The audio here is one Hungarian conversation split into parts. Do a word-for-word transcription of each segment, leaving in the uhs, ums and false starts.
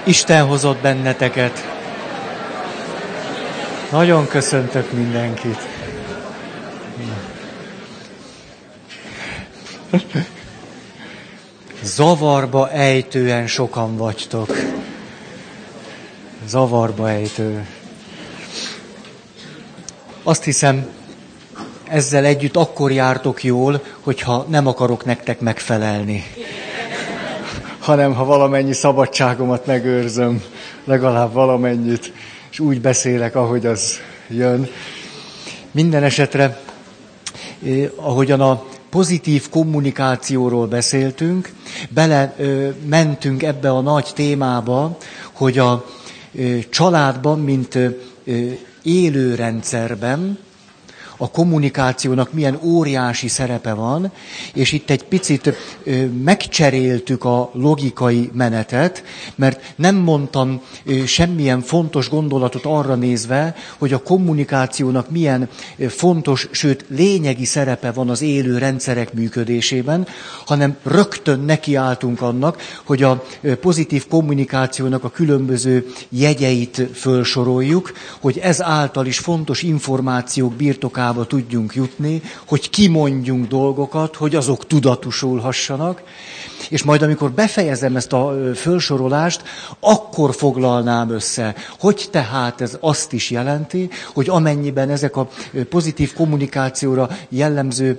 Isten hozott benneteket. Nagyon köszöntök mindenkit. Zavarba ejtően sokan vagytok. Zavarba ejtő. Azt hiszem, ezzel együtt akkor jártok jól, hogyha nem akarok nektek megfelelni. Hanem ha valamennyi szabadságomat megőrzöm, legalább valamennyit, és úgy beszélek, ahogy az jön. Minden esetre, eh, ahogyan a pozitív kommunikációról beszéltünk, bele eh, mentünk ebbe a nagy témába, hogy a eh, családban, mint eh, élőrendszerben, a kommunikációnak milyen óriási szerepe van, és itt egy picit ö, megcseréltük a logikai menetet, mert nem mondtam ö, semmilyen fontos gondolatot arra nézve, hogy a kommunikációnak milyen ö, fontos, sőt lényegi szerepe van az élő rendszerek működésében, hanem rögtön nekiálltunk annak, hogy a ö, pozitív kommunikációnak a különböző jegyeit fölsoroljuk, hogy ezáltal is fontos információk birtokában tudjunk jutni, hogy kimondjunk dolgokat, hogy azok tudatosulhassanak, és majd amikor befejezem ezt a fölsorolást, akkor foglalnám össze, hogy tehát ez azt is jelenti, hogy amennyiben ezek a pozitív kommunikációra jellemző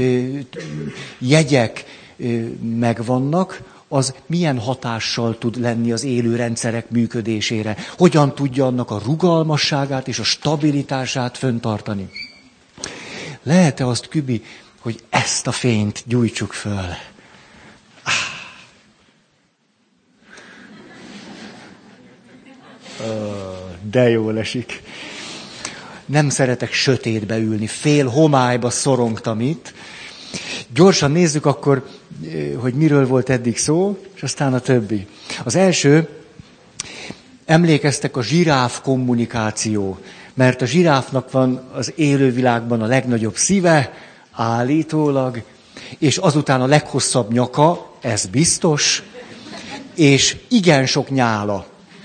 jegyek megvannak, az milyen hatással tud lenni az élő rendszerek működésére, hogyan tudja annak a rugalmasságát és a stabilitását fenntartani. Lehet-e azt, Kübi, hogy ezt a fényt gyújtsuk föl? De jól esik. Nem szeretek sötétbe ülni, fél homályba szorongtam itt. Gyorsan nézzük akkor, hogy miről volt eddig szó, és aztán a többi. Az első, emlékeztek a zsiráf kommunikáció, mert a zsiráfnak van az élővilágban a legnagyobb szíve, állítólag, és azután a leghosszabb nyaka, ez biztos, és igen sok nyála.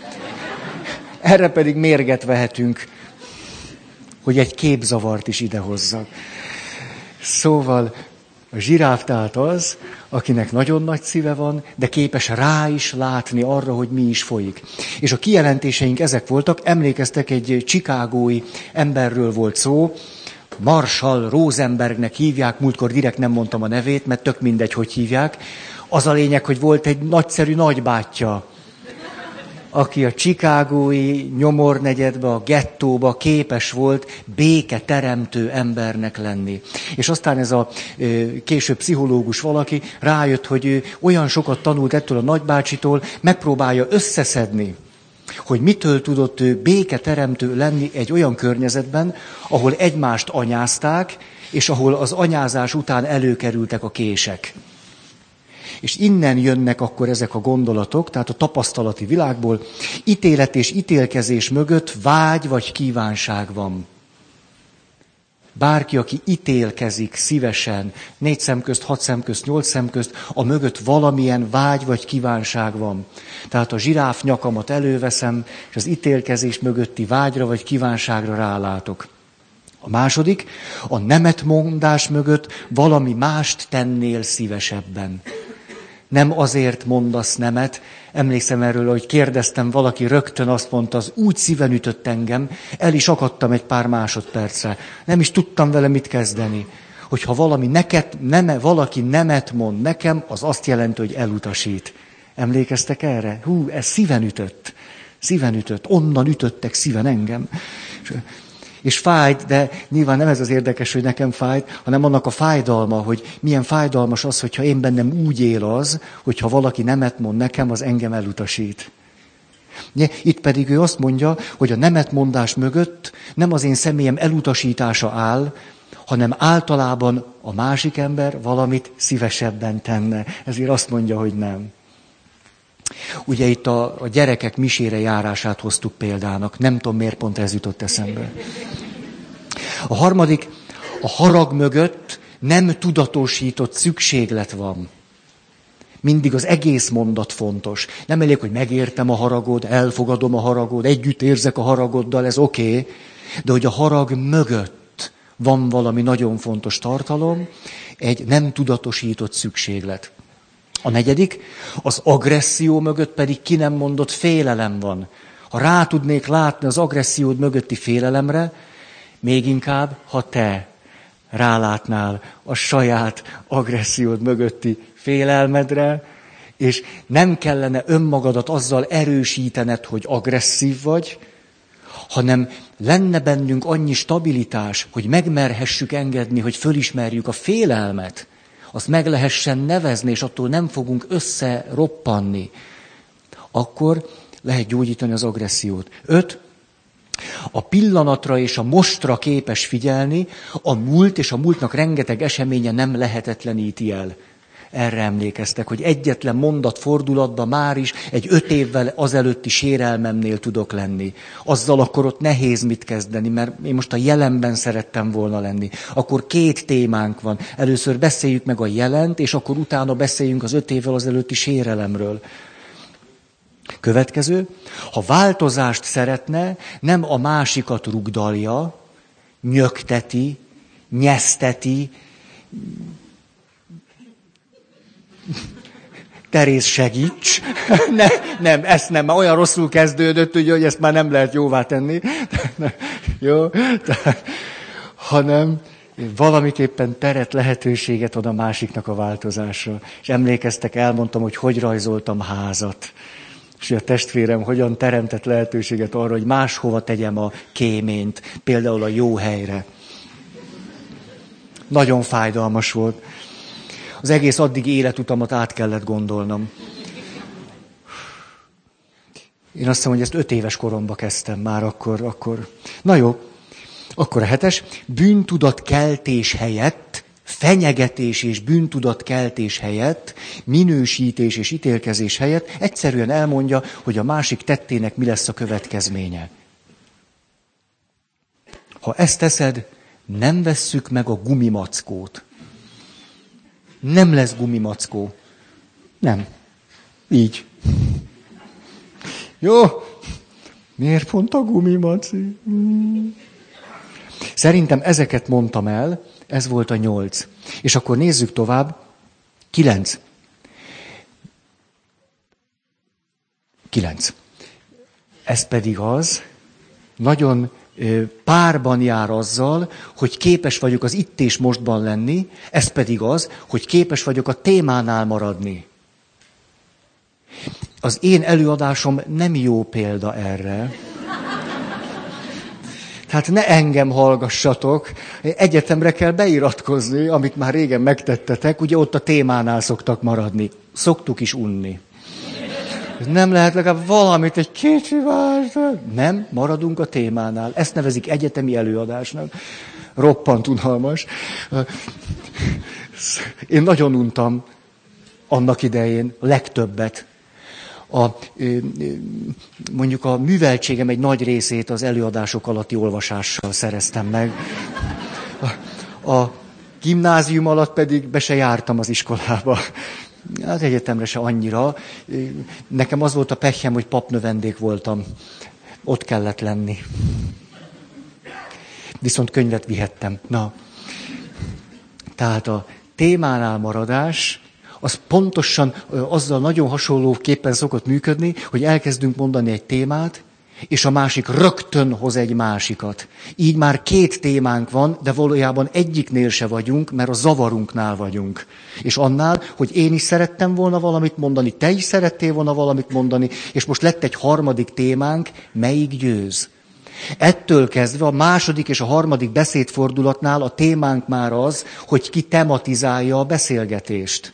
Erre pedig mérget vehetünk, hogy egy képzavart is idehozzak. Szóval a zsiráf tehát az, akinek nagyon nagy szíve van, de képes rá is látni arra, hogy mi is folyik. És a kijelentéseink ezek voltak, emlékeztek, egy chicagói emberről volt szó, Marshall Rosenbergnek hívják, múltkor direkt nem mondtam a nevét, mert tök mindegy, hogy hívják. Az a lényeg, hogy volt egy nagyszerű nagybátyja, aki a chicagói nyomornegyedbe, a gettóba képes volt béketeremtő embernek lenni. És aztán ez a később pszichológus valaki rájött, hogy ő olyan sokat tanult ettől a nagybácsitól, megpróbálja összeszedni, hogy mitől tudott ő béketeremtő lenni egy olyan környezetben, ahol egymást anyázták, és ahol az anyázás után előkerültek a kések. És innen jönnek akkor ezek a gondolatok, tehát a tapasztalati világból, ítélet és ítélkezés mögött vágy vagy kívánság van. Bárki, aki ítélkezik szívesen, négy szem közt, hat szem közt, nyolc szem közt, a mögött valamilyen vágy vagy kívánság van. Tehát a zsiráf nyakamat előveszem, és az ítélkezés mögötti vágyra vagy kívánságra rálátok. A második, a nemetmondás mögött valami mást tennél szívesebben. Nem azért mondasz nemet, emlékszem erről, hogy kérdeztem, valaki rögtön azt mondta, az úgy szíven ütött engem, el is akadtam egy pár másodpercre. Nem is tudtam vele mit kezdeni. Hogyha valami neked, neme, valaki nemet mond nekem, az azt jelenti, hogy elutasít. Emlékeztek erre? Hú, ez szíven ütött. Szíven ütött. Onnan ütöttek szíven engem. És fájt, de nyilván nem ez az érdekes, hogy nekem fájt, hanem annak a fájdalma, hogy milyen fájdalmas az, hogyha én bennem úgy él az, hogyha valaki nemet mond nekem, az engem elutasít. Itt pedig ő azt mondja, hogy a nemetmondás mögött nem az én személyem elutasítása áll, hanem általában a másik ember valamit szívesebben tenne. Ezért azt mondja, hogy nem. Ugye itt a, a gyerekek misére járását hoztuk példának. Nem tudom, miért pont ez jutott eszembe. A harmadik, a harag mögött nem tudatosított szükséglet van. Mindig az egész mondat fontos. Nem elég, hogy megértem a haragod, elfogadom a haragod, együtt érzek a haragoddal, ez oké, okay, de hogy a harag mögött van valami nagyon fontos tartalom, egy nem tudatosított szükséglet. A negyedik, az agresszió mögött pedig ki nem mondott félelem van. Ha rá tudnék látni az agressziód mögötti félelemre, még inkább, ha te rálátnál a saját agressziód mögötti félelmedre, és nem kellene önmagadat azzal erősítened, hogy agresszív vagy, hanem lenne bennünk annyi stabilitás, hogy megmerhessük engedni, hogy fölismerjük a félelmet, azt meg lehessen nevezni, és attól nem fogunk összeroppanni. Akkor lehet gyógyítani az agressziót. Öt. A pillanatra és a mostra képes figyelni, a múlt és a múltnak rengeteg eseménye nem lehetetleníti el. Erre emlékeztek, hogy egyetlen mondat fordulatban már is egy öt évvel azelőtti sérelmemnél tudok lenni. Azzal akkor ott nehéz mit kezdeni, mert én most a jelenben szerettem volna lenni. Akkor két témánk van. Először beszéljük meg a jelent, és akkor utána beszéljünk az öt évvel azelőtti sérelemről. Következő, ha változást szeretne, nem a másikat rugdalja, nyögteti, nyeszteti, Teréz, segíts! Ne, nem, ezt nem, már olyan rosszul kezdődött, ugye, hogy ezt már nem lehet jóvá tenni. Jó? Tehát, hanem valamiképpen teret, lehetőséget ad a másiknak a változásra. És emlékeztek, elmondtam, hogy hogy rajzoltam házat. És a testvérem hogyan teremtett lehetőséget arra, hogy máshova tegyem a kéményt, például a jó helyre. Nagyon fájdalmas volt. Az egész addigi életutamat át kellett gondolnom. Én azt hiszem, hogy ezt öt éves koromban kezdtem már akkor. akkor. Na jó, akkor a hetes. Bűntudatkeltés helyett, fenyegetés és bűntudatkeltés helyett, minősítés és ítélkezés helyett egyszerűen elmondja, hogy a másik tettének mi lesz a következménye. Ha ezt teszed, nem vesszük meg a gumimackót. Nem lesz gumimackó. Nem. Így. Jó? Miért pont a gumimaci? Hmm. Szerintem ezeket mondtam el, ez volt a nyolc. És akkor nézzük tovább. Kilenc. Kilenc. Ez pedig az, nagyon párban jár azzal, hogy képes vagyok az itt és mostban lenni, ez pedig az, hogy képes vagyok a témánál maradni. Az én előadásom nem jó példa erre. Tehát ne engem hallgassatok, egyetemre kell beiratkozni, amit már régen megtettetek, ugye ott a témánál szoktak maradni. Szoktuk is unni. Nem lehet legalább valamit, egy kicsi vált. Nem, maradunk a témánál. Ezt nevezik egyetemi előadásnak. Roppant unalmas. Én nagyon untam annak idején legtöbbet. A, mondjuk a műveltségem egy nagy részét az előadások alatti olvasással szereztem meg. A, a gimnázium alatt pedig be se jártam az iskolába. Az egyetemre se annyira. Nekem az volt a pehjem, hogy papnövendék voltam. Ott kellett lenni. Viszont könyvet vihettem. Na. Tehát a témánál maradás, az pontosan azzal nagyon hasonlóképpen szokott működni, hogy elkezdünk mondani egy témát, és a másik rögtön hoz egy másikat. Így már két témánk van, de valójában egyiknél se vagyunk, mert a zavarunknál vagyunk. És annál, hogy én is szerettem volna valamit mondani, te is szerettél volna valamit mondani, és most lett egy harmadik témánk, melyik győz. Ettől kezdve a második és a harmadik beszédfordulatnál a témánk már az, hogy ki tematizálja a beszélgetést.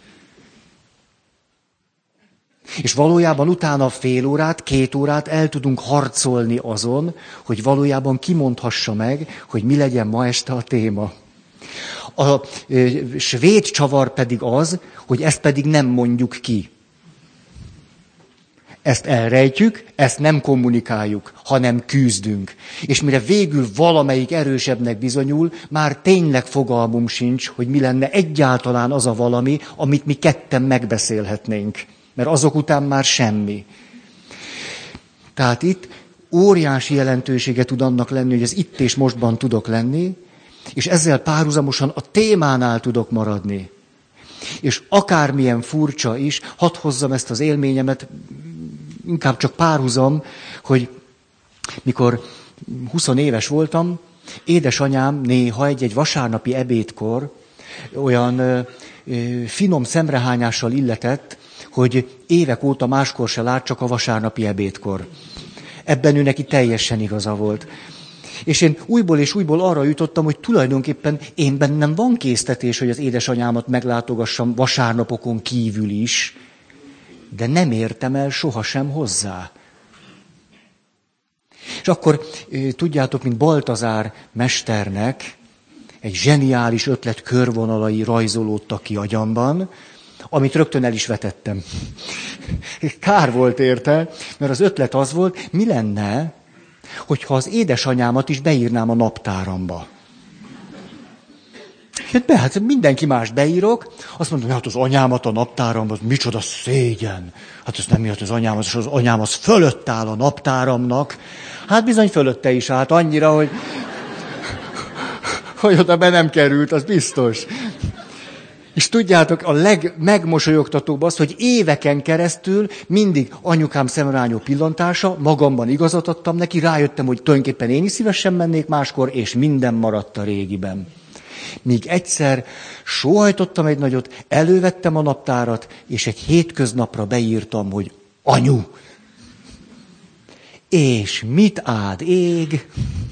És valójában utána fél órát, két órát el tudunk harcolni azon, hogy valójában kimondhassa meg, hogy mi legyen ma este a téma. A ö, svéd csavar pedig az, hogy ezt pedig nem mondjuk ki. Ezt elrejtjük, ezt nem kommunikáljuk, hanem küzdünk. És mire végül valamelyik erősebbnek bizonyul, már tényleg fogalmunk sincs, hogy mi lenne egyáltalán az a valami, amit mi ketten megbeszélhetnénk. Mert azok után már semmi. Tehát itt óriási jelentősége tud annak lenni, hogy ez itt és mostban tudok lenni, és ezzel párhuzamosan a témánál tudok maradni. És akármilyen furcsa is, hadd hozzam ezt az élményemet, inkább csak párhuzam, hogy mikor húsz éves voltam, édesanyám néha egy-egy vasárnapi ebédkor olyan ö, ö, finom szemrehányással illetett, hogy évek óta máskor se lát, csak a vasárnapi ebédkor. Ebben ő neki teljesen igaza volt. És én újból és újból arra jutottam, hogy tulajdonképpen én bennem van késztetés, hogy az édesanyámat meglátogassam vasárnapokon kívül is, de nem értem el sohasem hozzá. És akkor tudjátok, mint Baltazár mesternek egy zseniális ötlet körvonalai rajzolódtak ki agyamban, amit rögtön el is vetettem. Kár volt érte, mert az ötlet az volt, mi lenne, hogyha az édesanyámat is beírnám a naptáramba. Hát be, hát mindenki más beírok, azt mondom, hogy hát az anyámat a naptáramba, az micsoda szégyen. Hát ez nem miatt az anyám, az, az anyám az fölött áll a naptáramnak. Hát bizony fölötte is állt annyira, hogy, hogy oda be nem került, az biztos. És tudjátok, a legmegmosolyogtatóbb az, hogy éveken keresztül mindig anyukám szemrányó pillantása, magamban igazat adtam neki, rájöttem, hogy tulajdonképpen én is szívesen mennék máskor, és minden maradt a régiben. Míg egyszer sóhajtottam egy nagyot, elővettem a naptárat, és egy hétköznapra beírtam, hogy anyu. És mit áld ég,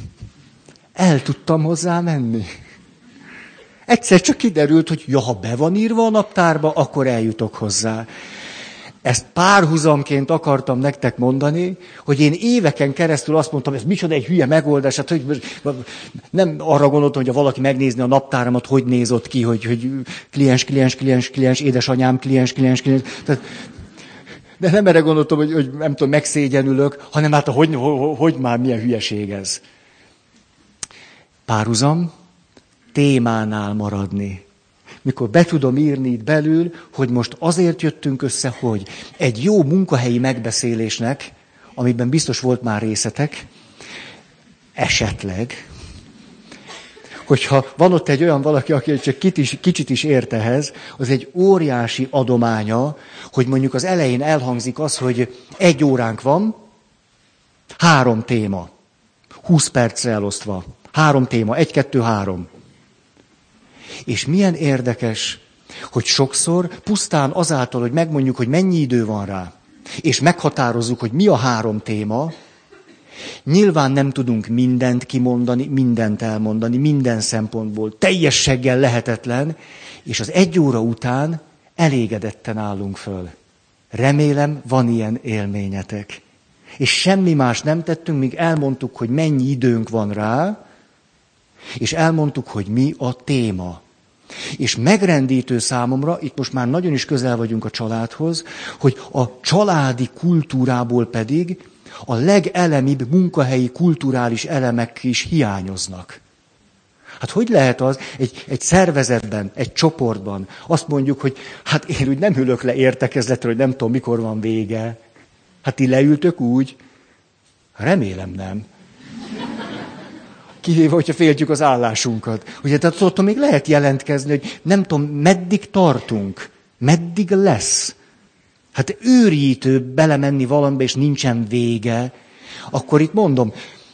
el tudtam hozzá menni. Egyszer csak kiderült, hogy ja, ha be van írva a naptárba, akkor eljutok hozzá. Ezt párhuzamként akartam nektek mondani, hogy én éveken keresztül azt mondtam, ez micsoda egy hülye megoldás, hát hogy nem arra gondoltam, hogy ha valaki megnézni a naptáramat, hogy nézott ki, hogy, hogy kliens, kliens, kliens, kliens, édesanyám, kliens, kliens, kliens. Tehát, de nem erre gondoltam, hogy, hogy nem tudom, megszégyenülök, hanem hát hogy, hogy, hogy már milyen hülyeség ez. Párhuzam, témánál maradni. Mikor be tudom írni itt belül, hogy most azért jöttünk össze, hogy egy jó munkahelyi megbeszélésnek, amiben biztos volt már részletek, esetleg, hogyha van ott egy olyan valaki, aki csak kicsit is ért ehhez, az egy óriási adománya, hogy mondjuk az elején elhangzik az, hogy egy óránk van, három téma, húsz percre elosztva, három téma, egy, kettő, három. És milyen érdekes, hogy sokszor pusztán azáltal, hogy megmondjuk, hogy mennyi idő van rá, és meghatározzuk, hogy mi a három téma, nyilván nem tudunk mindent kimondani, mindent elmondani, minden szempontból. Teljességgel lehetetlen, és az egy óra után elégedetten állunk föl. Remélem, van ilyen élményetek. És semmi más nem tettünk, míg elmondtuk, hogy mennyi időnk van rá, és elmondtuk, hogy mi a téma. És megrendítő számomra, itt most már nagyon is közel vagyunk a családhoz, hogy a családi kultúrából pedig a legelemibb munkahelyi kulturális elemek is hiányoznak. Hát hogy lehet az egy, egy szervezetben, egy csoportban azt mondjuk, hogy hát én úgy nem ülök le értekezletre, hogy nem tudom, mikor van vége. Hát ti leültök úgy? Remélem nem. Kivéve, hogyha féltjük az állásunkat. Ugye, tehát ott még lehet jelentkezni, hogy nem tudom, meddig tartunk, meddig lesz. Hát őrjítő belemenni valamibe, és nincsen vége. Akkor itt mondom,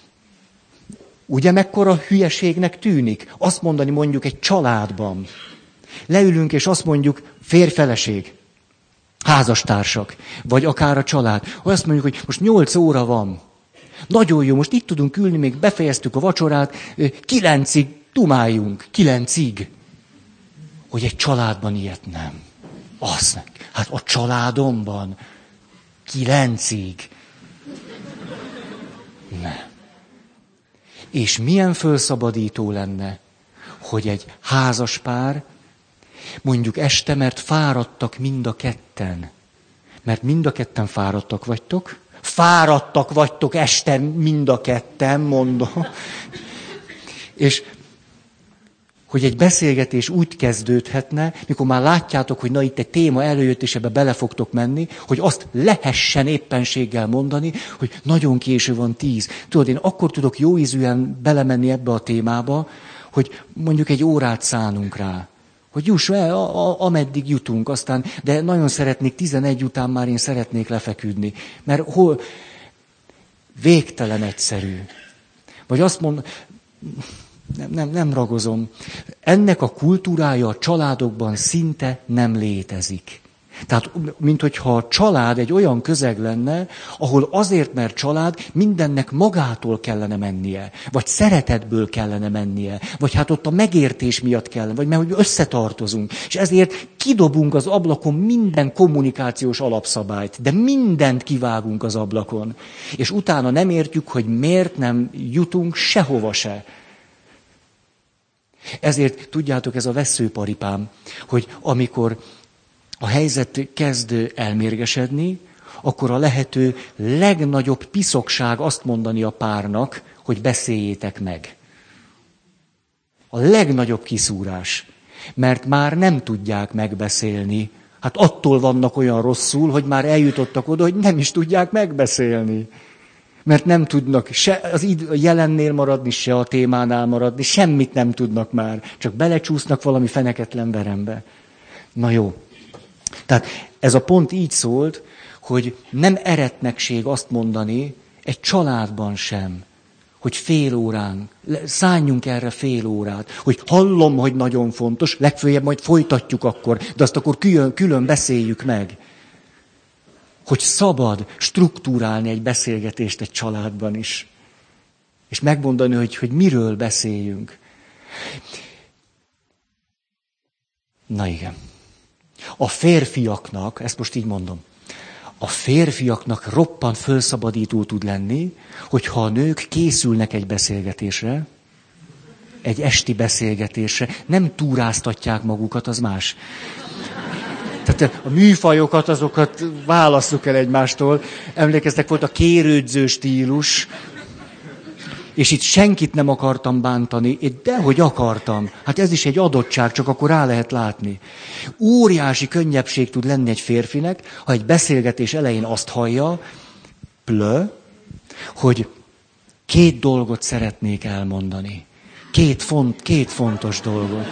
ugye mekkora hülyeségnek tűnik? Azt mondani mondjuk egy családban. Leülünk, és azt mondjuk, férj-feleség, házastársak, vagy akár a család. Azt mondjuk, hogy most nyolc óra van. Nagyon jó, most itt tudunk ülni, még befejeztük a vacsorát, kilencig dumáljunk, kilencig. Hogy egy családban ilyet nem. Az, hát a családomban kilencig. Nem. És milyen fölszabadító lenne, hogy egy házas pár, mondjuk este, mert fáradtak mind a ketten, Mert mind a ketten fáradtak vagytok. Fáradtak vagytok este mind a ketten, mondom. És hogy egy beszélgetés úgy kezdődhetne, mikor már látjátok, hogy na itt egy téma előjött, és ebbe bele fogtok menni, hogy azt lehessen éppenséggel mondani, hogy nagyon késő van tíz. Tudod, én akkor tudok jó ízűen belemenni ebbe a témába, hogy mondjuk egy órát szánunk rá. Hogy juss el, a, a, ameddig jutunk, aztán, de nagyon szeretnék, tizenegy után már én szeretnék lefeküdni. Mert hol végtelen egyszerű. Vagy azt mond, nem, nem, nem ragozom. Ennek a kultúrája a családokban szinte nem létezik. Tehát, mint hogyha a család egy olyan közeg lenne, ahol azért, mert család, mindennek magától kellene mennie, vagy szeretetből kellene mennie, vagy hát ott a megértés miatt kellene, vagy mert hogy összetartozunk. És ezért kidobunk az ablakon minden kommunikációs alapszabályt, de mindent kivágunk az ablakon. És utána nem értjük, hogy miért nem jutunk sehova se. Ezért tudjátok, ez a vesszőparipám, hogy amikor a helyzet kezd elmérgesedni, akkor a lehető legnagyobb piszokság azt mondani a párnak, hogy beszéljétek meg. A legnagyobb kiszúrás. Mert már nem tudják megbeszélni. Hát attól vannak olyan rosszul, hogy már eljutottak oda, hogy nem is tudják megbeszélni. Mert nem tudnak se az id- a jelennél maradni, se a témánál maradni, semmit nem tudnak már. Csak belecsúsznak valami feneketlen verembe. Na jó. Tehát ez a pont így szólt, hogy nem eretnekség azt mondani, egy családban sem, hogy fél órán, szálljunk erre fél órát, hogy hallom, hogy nagyon fontos, legfőjebb majd folytatjuk akkor, de azt akkor külön, külön beszéljük meg. Hogy szabad struktúrálni egy beszélgetést egy családban is. És megmondani, hogy, hogy miről beszéljünk. Na igen. A férfiaknak, ezt most így mondom, a férfiaknak roppant fölszabadító tud lenni, hogyha a nők készülnek egy beszélgetésre, egy esti beszélgetésre, nem túráztatják magukat, az más. Tehát a műfajokat, azokat válasszuk el egymástól. Emlékeztek, volt a kérődző stílus, és itt senkit nem akartam bántani, én dehogy akartam. Hát ez is egy adottság, csak akkor rá lehet látni. Óriási könnyebbség tud lenni egy férfinek, ha egy beszélgetés elején azt hallja, plö, hogy két dolgot szeretnék elmondani. Két, font, két fontos dolgot.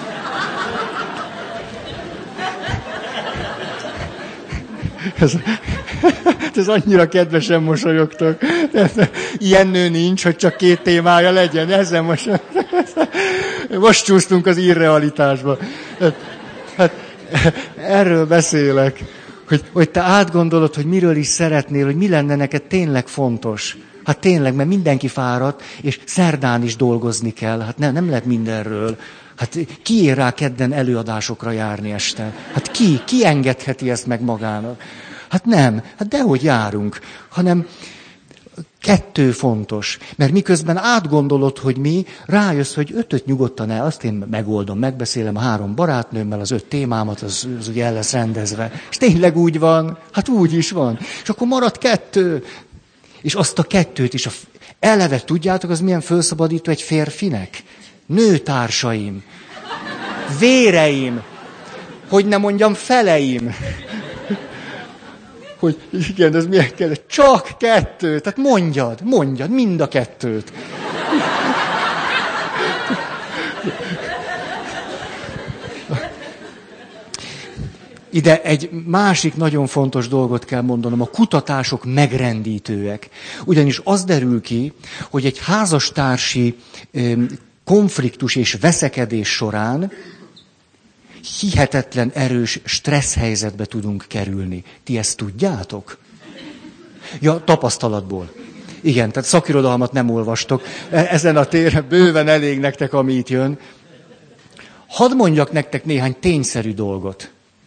Ez, ez annyira kedvesen mosolyogtok. Ilyen nő nincs, hogy csak két témája legyen. Ezen most, most csúsztunk az irrealitásba. Hát, erről beszélek, hogy, hogy te átgondolod, hogy miről is szeretnél, hogy mi lenne neked tényleg fontos. Hát tényleg, mert mindenki fáradt, és szerdán is dolgozni kell. Hát nem, nem lehet mindenről. Hát ki ér rá kedden előadásokra járni este? Hát ki? Ki engedheti ezt meg magának? Hát nem. Hát dehogy járunk. Hanem kettő fontos. Mert miközben átgondolod, hogy mi, rájössz, hogy ötöt nyugodtan el, azt én megoldom, megbeszélem a három barátnőmmel, az öt témámat, az, az ugye el lesz rendezve. És tényleg úgy van. Hát úgy is van. És akkor marad kettő. És azt a kettőt is, a eleve tudjátok, az milyen felszabadító egy férfinek? Nőtársaim, véreim, hogy ne mondjam feleim. Hogy igen, ez milyen kell? Csak kettő. Tehát mondjad, mondjad, mind a kettőt. Ide egy másik nagyon fontos dolgot kell mondanom, a kutatások megrendítőek. Ugyanis az derül ki, hogy egy házastársi konfliktus és veszekedés során hihetetlen erős stressz helyzetbe tudunk kerülni. Ti ezt tudjátok? Ja, tapasztalatból. Igen, tehát szakirodalmat nem olvastok. Ezen a téren bőven elég nektek, ami itt jön. Hadd mondjak nektek néhány tényszerű dolgot.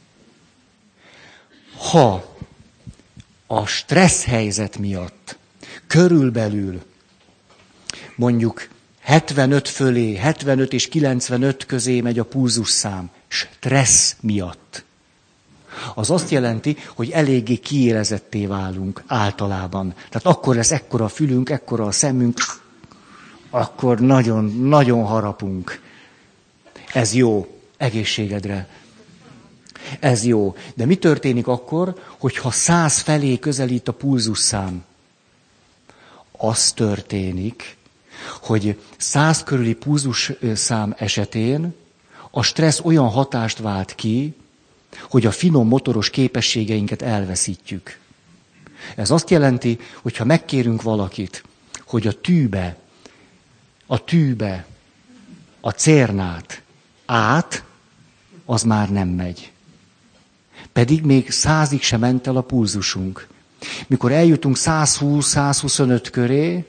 Ha a stressz helyzet miatt körülbelül mondjuk hetvenöt fölé, hetvenöt és kilencvenöt közé megy a pulzusszám, stressz miatt, Az azt jelenti, hogy eléggé kiélezetté válunk általában. Tehát akkor lesz ekkora a fülünk, ekkora a szemünk, akkor nagyon, nagyon harapunk. Ez jó, egészségedre. Ez jó. De mi történik akkor, hogyha száz felé közelít a pulzusszám? Az történik, hogy száz körüli pulzusszám esetén a stressz olyan hatást vált ki, hogy a finom motoros képességeinket elveszítjük. Ez azt jelenti, hogy ha megkérünk valakit, hogy a tűbe, a tűbe, a cérnát át, az már nem megy. Pedig még százig sem ment el a pulzusunk. Mikor eljutunk száz húsz száz huszonöt köré,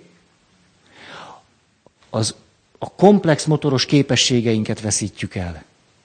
az a komplex motoros képességeinket veszítjük el.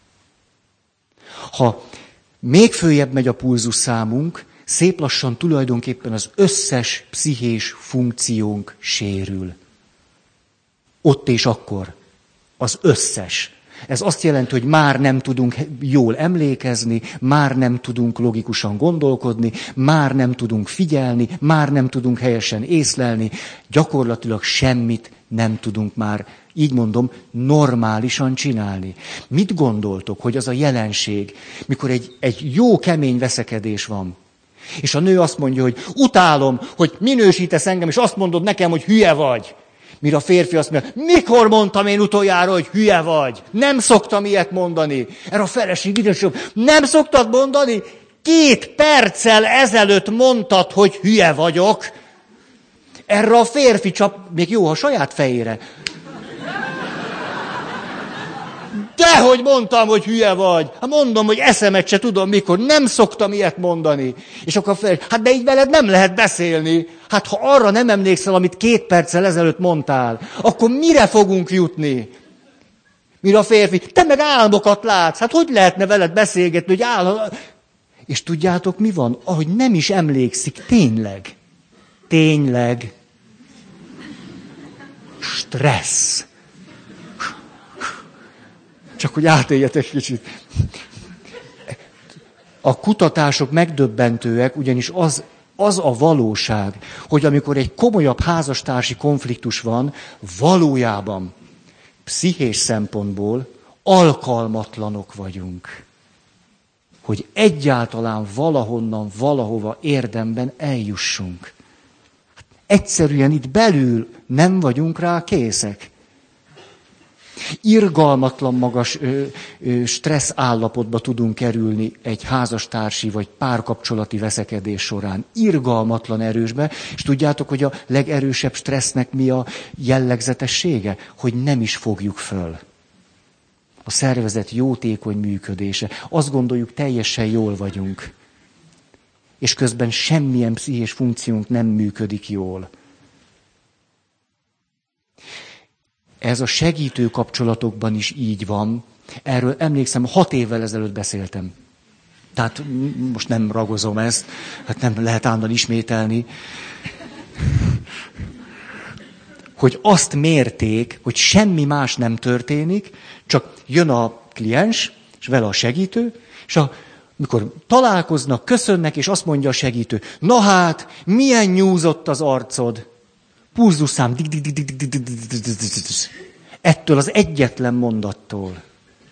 Ha még följebb megy a pulzusszámunk, szép lassan tulajdonképpen az összes pszichés funkciónk sérül. Ott és akkor. Az összes. Ez azt jelenti, hogy már nem tudunk jól emlékezni, már nem tudunk logikusan gondolkodni, már nem tudunk figyelni, már nem tudunk helyesen észlelni, gyakorlatilag semmit nem tudunk már, így mondom, normálisan csinálni. Mit gondoltok, hogy az a jelenség, mikor egy, egy jó kemény veszekedés van, és a nő azt mondja, hogy utálom, hogy minősítesz engem, és azt mondod nekem, hogy hülye vagy. Mire a férfi azt mondja, mikor mondtam én utoljára, hogy hülye vagy? Nem szoktam ilyet mondani. Erre a feleség idősebb, nem szoktad mondani? Két perccel ezelőtt mondtad, hogy hülye vagyok. Erre a férfi csap, még jó, ha saját fejére. Dehogy mondtam, hogy hülye vagy. Hát mondom, hogy eszemet se tudom mikor. Nem szoktam ilyet mondani. És akkor fel, hát de így veled nem lehet beszélni. Hát ha arra nem emlékszel, amit két perccel ezelőtt mondtál, akkor mire fogunk jutni? Mire a férfi, te meg álmokat látsz. Hát hogy lehetne veled beszélgetni, hogy áll... És tudjátok mi van? Ahogy nem is emlékszik, tényleg. Tényleg. Stressz. Csak hogy átéljetek kicsit. A kutatások megdöbbentőek, ugyanis az, az a valóság, hogy amikor egy komolyabb házastársi konfliktus van, valójában pszichés szempontból alkalmatlanok vagyunk. Hogy egyáltalán valahonnan, valahova érdemben eljussunk. Egyszerűen itt belül nem vagyunk rá készek. Irgalmatlan magas ö, ö, stressz állapotba tudunk kerülni egy házastársi vagy párkapcsolati veszekedés során. Irgalmatlan erősbe. És tudjátok, hogy a legerősebb stressznek mi a jellegzetessége? Hogy nem is fogjuk föl. A szervezet jótékony működése. Azt gondoljuk, teljesen jól vagyunk. És közben semmilyen pszichés funkciónk nem működik jól. Ez a segítő kapcsolatokban is így van. Erről emlékszem, hat évvel ezelőtt beszéltem. Tehát most nem ragozom ezt, hát nem lehet állandóan ismételni. Hogy azt mérték, hogy semmi más nem történik, csak jön a kliens, és vele a segítő, és a, mikor találkoznak, köszönnek, és azt mondja a segítő, na hát, milyen nyúzott az arcod? Pulzusszám. Ettől az egyetlen mondattól.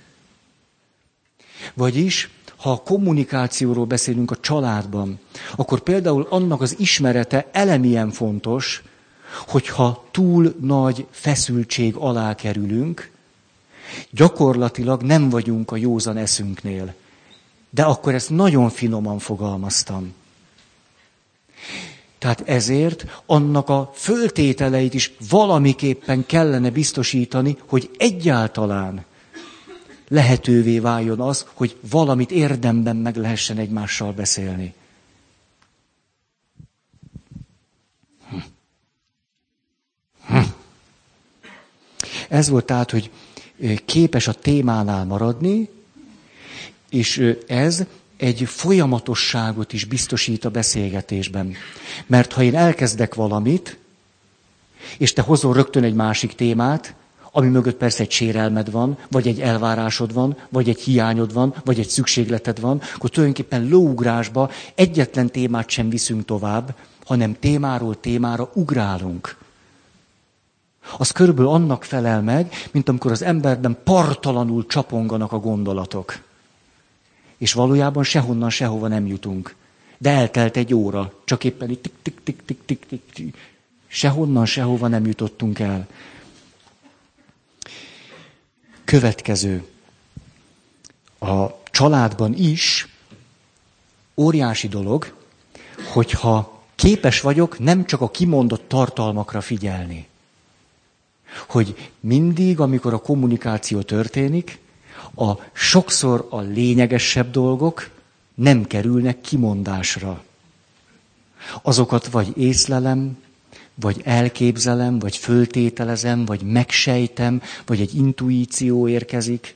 Vagyis, ha a kommunikációról beszélünk a családban, akkor például annak az ismerete elemilyen fontos, hogyha túl nagy feszültség alá kerülünk, gyakorlatilag nem vagyunk a józan eszünknél. De akkor ezt nagyon finoman fogalmaztam. Tehát ezért annak a föltételeit is valamiképpen kellene biztosítani, hogy egyáltalán lehetővé váljon az, hogy valamit érdemben meg lehessen egymással beszélni. Hm. Hm. Ez volt tehát, hogy képes a témánál maradni, és ez egy folyamatosságot is biztosít a beszélgetésben. Mert ha én elkezdek valamit, és te hozol rögtön egy másik témát, ami mögött persze egy sérelmed van, vagy egy elvárásod van, vagy egy hiányod van, vagy egy szükségleted van, akkor tulajdonképpen lóugrásba egyetlen témát sem viszünk tovább, hanem témáról témára ugrálunk. Az körülbelül annak felel meg, mint amikor az emberben partalanul csaponganak a gondolatok. És valójában sehonnan sehova nem jutunk. De eltelt egy óra, csak éppen így tik-tik-tik-tik-tik-tik. Sehonnan sehova nem jutottunk el. Következő. A családban is óriási dolog, hogyha képes vagyok nem csak a kimondott tartalmakra figyelni. Hogy mindig, amikor a kommunikáció történik, a sokszor a lényegesebb dolgok nem kerülnek kimondásra. Azokat vagy észlelem, vagy elképzelem, vagy föltételezem, vagy megsejtem, vagy egy intuíció érkezik.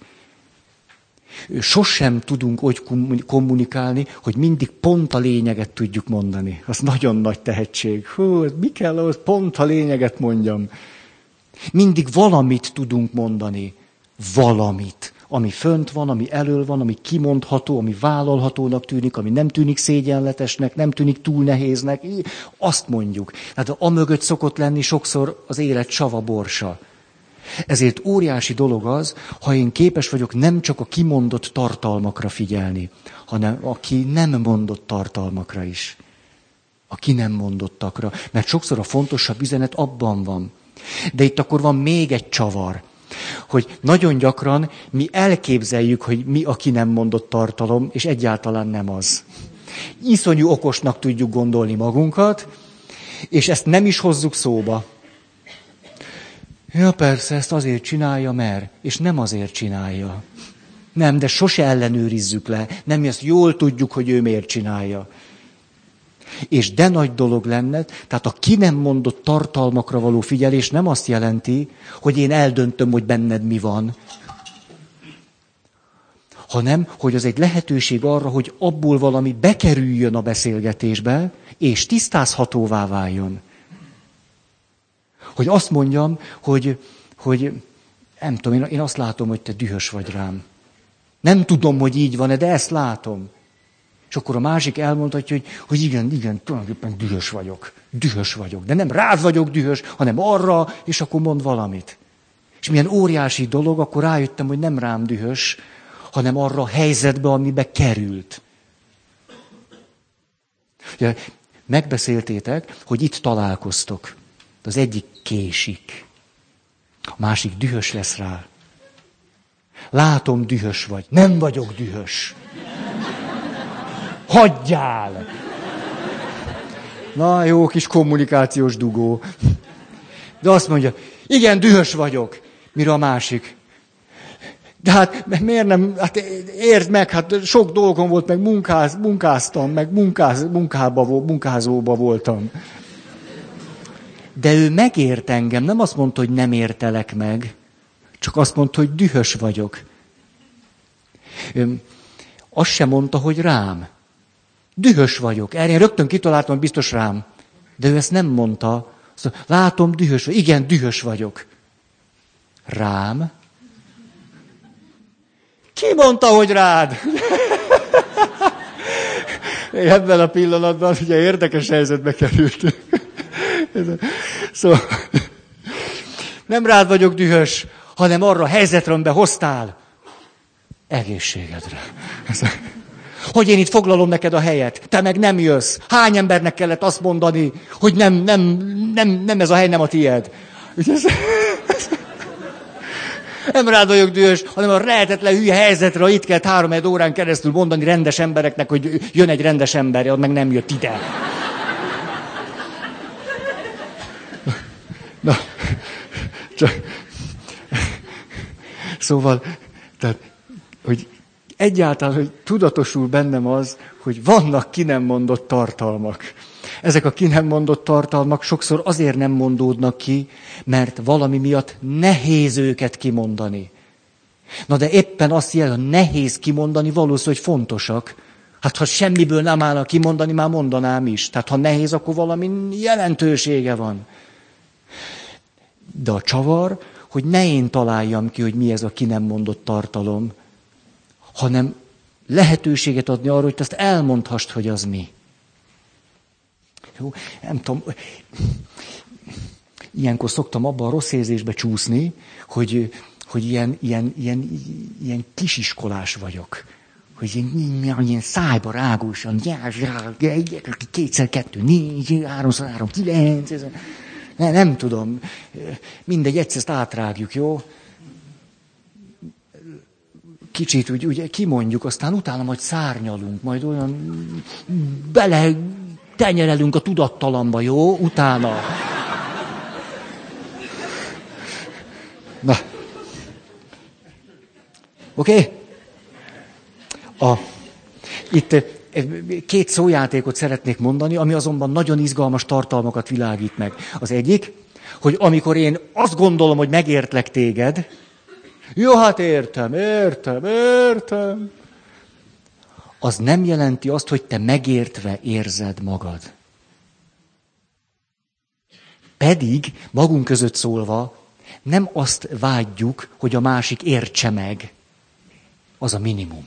Sosem tudunk úgy kommunikálni, hogy mindig pont a lényeget tudjuk mondani. Az nagyon nagy tehetség. Hú, mi kell ahhoz, pont a lényeget mondjam. Mindig valamit tudunk mondani. Valamit. Ami fönt van, ami elől van, ami kimondható, ami vállalhatónak tűnik, ami nem tűnik szégyenletesnek, nem tűnik túl nehéznek. Azt mondjuk. Tehát amögött szokott lenni sokszor az élet sava borsa. Ezért óriási dolog az, ha én képes vagyok nem csak a kimondott tartalmakra figyelni, hanem aki nem mondott tartalmakra is. A ki nem mondottakra. Mert sokszor a fontosabb üzenet abban van. De itt akkor van még egy csavar, hogy nagyon gyakran mi elképzeljük, hogy mi a ki nem mondott tartalom, és egyáltalán nem az. Iszonyú okosnak tudjuk gondolni magunkat, és ezt nem is hozzuk szóba. Ja, persze, ezt azért csinálja, mert, és nem azért csinálja. Nem, de sose ellenőrizzük le. Nem, mi azt jól tudjuk, hogy ő miért csinálja. És de nagy dolog lenne, tehát a ki nem mondott tartalmakra való figyelés nem azt jelenti, hogy én eldöntöm, hogy benned mi van, hanem, hogy az egy lehetőség arra, hogy abból valami bekerüljön a beszélgetésbe, és tisztázhatóvá váljon. Hogy azt mondjam, hogy, hogy nem tudom, én, én azt látom, hogy te dühös vagy rám. Nem tudom, hogy így van-e, de ezt látom. És akkor a másik elmondhatja, hogy, hogy igen, igen, tulajdonképpen dühös vagyok. Dühös vagyok. De nem rád vagyok dühös, hanem arra, és akkor mond valamit. És milyen óriási dolog, akkor rájöttem, hogy nem rám dühös, hanem arra a helyzetbe, amibe került. Ugye, megbeszéltétek, hogy itt találkoztok. Az egyik késik. A másik dühös lesz rá. Látom, dühös vagy. Nem vagyok dühös. Hagyjál! Na, jó kis kommunikációs dugó. De azt mondja, igen, dühös vagyok. Mire a másik? De hát miért nem, hát értsd meg, hát sok dolgom volt, meg munkáz, munkáztam, meg munkáz, munkába, munkázóba voltam. De ő megért engem, nem azt mondta, hogy nem értelek meg, csak azt mondta, hogy dühös vagyok. Ő azt sem mondta, hogy rám. Dühös vagyok. Erre én rögtön kitaláltam, hogy biztos rám. De ő ezt nem mondta. Szóval, látom, dühös vagyok. Igen, dühös vagyok. Rám? Ki mondta, hogy rád? Ebben a pillanatban ugye érdekes helyzetbe kerültünk. Szóval nem rád vagyok dühös, hanem arra a helyzetre, amiben hoztál. Egészségedre. Hogy én itt foglalom neked a helyet, te meg nem jössz. Hány embernek kellett azt mondani, hogy nem, nem, nem, nem ez a hely, nem a tiéd. Nem rád vagyok dühös, hanem a lehetetlen hülye helyzetre, itt kellett három órán keresztül mondani rendes embereknek, hogy jön egy rendes ember, az meg nem jött ide. Na, csak... Szóval, tehát, hogy egyáltalán, hogy tudatosul bennem az, hogy vannak ki nem mondott tartalmak. Ezek a ki nem mondott tartalmak sokszor azért nem mondódnak ki, mert valami miatt nehéz őket kimondani. Na de éppen azt jelenti, hogy nehéz kimondani, valószínűleg, hogy fontosak. Hát ha semmiből nem állna kimondani, már mondanám is. Tehát ha nehéz, akkor valami jelentősége van. De a csavar, hogy ne én találjam ki, hogy mi ez a ki nem mondott tartalom, hanem lehetőséget adni arra, hogy te azt elmondhassd, hogy az mi. Jó, nem tudom, ilyenkor szoktam abban a rossz érzésbe csúszni, hogy, hogy ilyen, ilyen, ilyen, ilyen kisiskolás vagyok. Hogy ilyen, ilyen szájba rágósan, kétszer kettő, négy, háromszor három, kilenc, nem, nem tudom. Mindegy, egyszer ezt átrágjuk, jó? Kicsit úgy, úgy kimondjuk, aztán utána majd szárnyalunk, majd olyan bele tenyerelünk a tudattalamba, jó? Utána. Na. Oké? Okay? A, itt két szójátékot szeretnék mondani, ami azonban nagyon izgalmas tartalmakat világít meg. Az egyik, hogy amikor én azt gondolom, hogy megértlek téged, jó, hát értem, értem, értem, az nem jelenti azt, hogy te megértve érzed magad. Pedig, magunk között szólva, nem azt vágyjuk, hogy a másik értse meg. Az a minimum.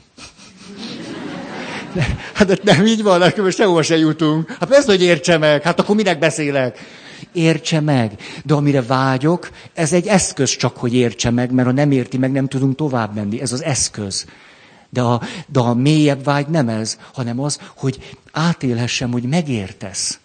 Hát nem így van, akkor most sehova se jutunk. Hát persze, hogy értse meg, hát akkor minek beszélek? Értse meg. De amire vágyok, ez egy eszköz csak, hogy értse meg, mert ha nem érti meg, nem tudunk tovább menni. Ez az eszköz. De a, de a mélyebb vágy nem ez, hanem az, hogy átélhessem, hogy megértesz.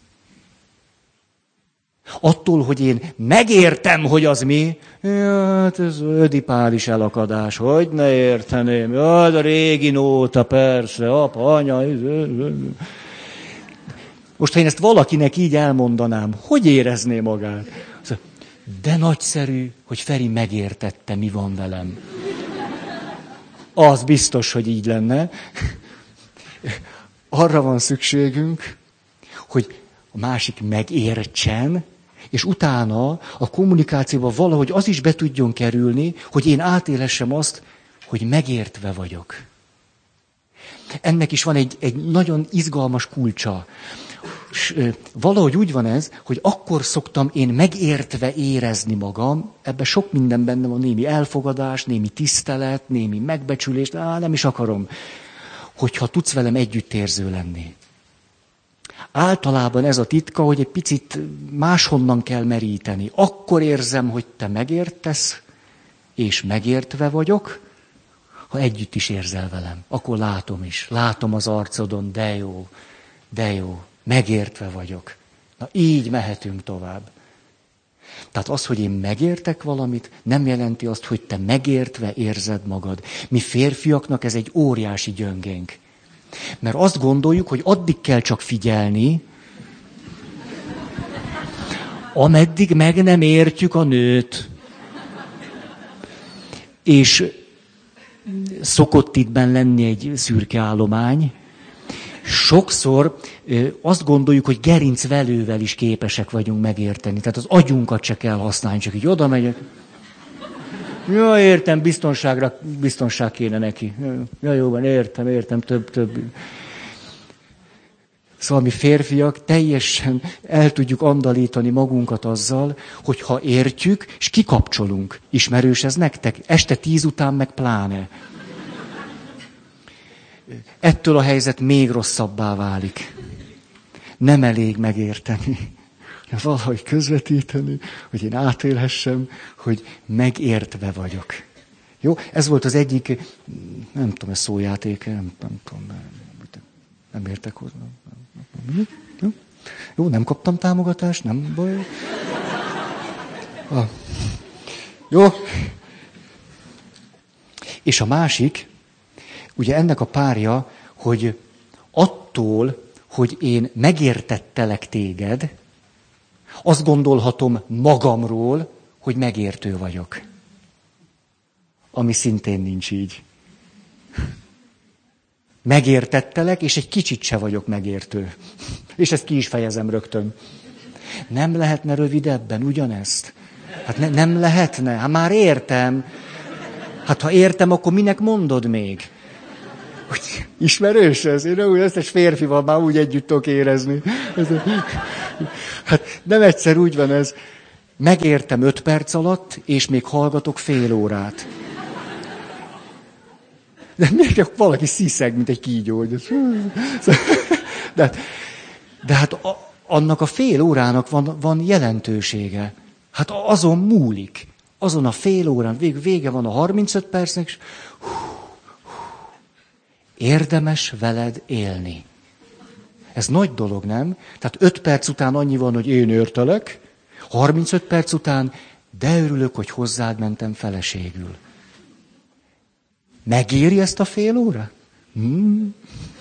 Attól, hogy én megértem, hogy az mi, hát ez ödipális elakadás, hogy ne érteném, jaj, a régi nóta, persze, apa, anya. Most, ha én ezt valakinek így elmondanám, hogy érezné magát? De nagyszerű, hogy Feri megértette, mi van velem. Az biztos, hogy így lenne. Arra van szükségünk, hogy a másik megértsen, és utána a kommunikációban valahogy az is be tudjon kerülni, hogy én átélhessem azt, hogy megértve vagyok. Ennek is van egy, egy nagyon izgalmas kulcsa. S, valahogy úgy van ez, hogy akkor szoktam én megértve érezni magam, ebben sok minden benne van, némi elfogadás, némi tisztelet, némi megbecsülés, á, nem is akarom, hogyha tudsz velem együttérző lenni. Általában ez a titka, hogy egy picit máshonnan kell meríteni. Akkor érzem, hogy te megértesz, és megértve vagyok, ha együtt is érzel velem. Akkor látom is. Látom az arcodon, de jó, de jó, megértve vagyok. Na így mehetünk tovább. Tehát az, hogy én megértek valamit, nem jelenti azt, hogy te megértve érzed magad. Mi férfiaknak ez egy óriási gyöngénk. Mert azt gondoljuk, hogy addig kell csak figyelni, ameddig meg nem értjük a nőt. És szokott itt benn lenni egy szürke állomány. Sokszor azt gondoljuk, hogy gerincvelővel is képesek vagyunk megérteni. Tehát az agyunkat se kell használni, csak így oda megyek. Ja, értem, biztonságra, biztonság kéne neki. Ja, jó van, értem, értem, több, több. Szóval mi férfiak teljesen el tudjuk andalítani magunkat azzal, hogyha értjük, és kikapcsolunk. Ismerős ez nektek? Este tíz után meg pláne. Ettől a helyzet még rosszabbá válik. Nem elég megérteni. Valahogy közvetíteni, hogy én átélhessem, hogy megértve vagyok. Jó? Ez volt az egyik, nem tudom, ez szójáték, nem, nem tudom, nem, nem értek hozzá. Jó? Jó, nem kaptam támogatást, nem baj. Ah. Jó? És a másik, ugye ennek a párja, hogy attól, hogy én megértettelek téged, azt gondolhatom magamról, hogy megértő vagyok. Ami szintén nincs így. Megértettelek, és egy kicsit se vagyok megértő. És ezt ki is fejezem rögtön. Nem lehetne rövidebben ugyanezt? Hát ne, nem lehetne? Hát már értem. Hát ha értem, akkor minek mondod még? Hogy ismerős ez? Én úgy összes férfival már úgy együtt tudok érezni. Hát nem egyszer úgy van ez. Megértem öt perc alatt, és még hallgatok fél órát. De még valaki sziszeg, mint egy kígyó. De, de hát a, annak a fél órának van, van jelentősége. Hát azon múlik. Azon a fél órán, vége, vége van a harmincöt percnek, és hú, hú, érdemes veled élni. Ez nagy dolog, nem? Tehát öt perc után annyi van, hogy én értelek, harmincöt perc után, de örülök, hogy hozzád mentem feleségül. Megéri ezt a fél óra? Hmm.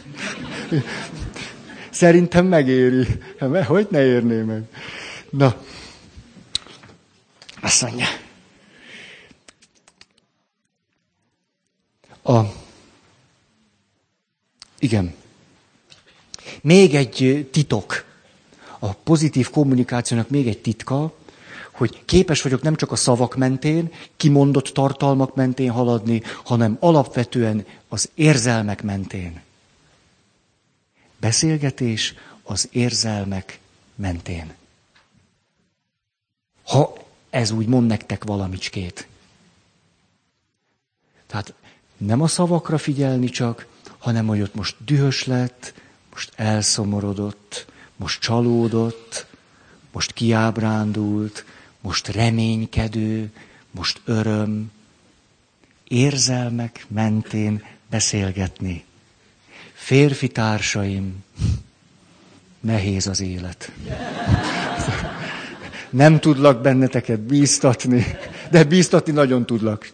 Szerintem megéri. Hogy ne érné meg? Na, azt mondja. A... Igen. Még egy titok. A pozitív kommunikációnak még egy titka, hogy képes vagyok nem csak a szavak mentén, kimondott tartalmak mentén haladni, hanem alapvetően az érzelmek mentén. Beszélgetés az érzelmek mentén. Ha ez úgy mond nektek valamicskét. Tehát nem a szavakra figyelni csak, hanem hogy ott most dühös lett, most elszomorodott, most csalódott, most kiábrándult, most reménykedő, most öröm. Érzelmek mentén beszélgetni. Férfi társaim, nehéz az élet. Nem tudlak benneteket bíztatni, de bíztatni nagyon tudlak.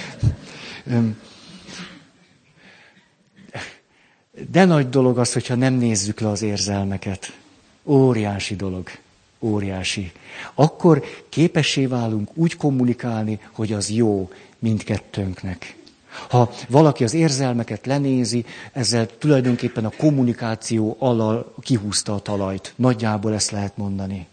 De nagy dolog az, hogyha nem nézzük le az érzelmeket. Óriási dolog. Óriási. Akkor képessé válunk úgy kommunikálni, hogy az jó mindkettőnknek. Ha valaki az érzelmeket lenézi, ezzel tulajdonképpen a kommunikáció alól kihúzta a talajt. Nagyjából ezt lehet mondani.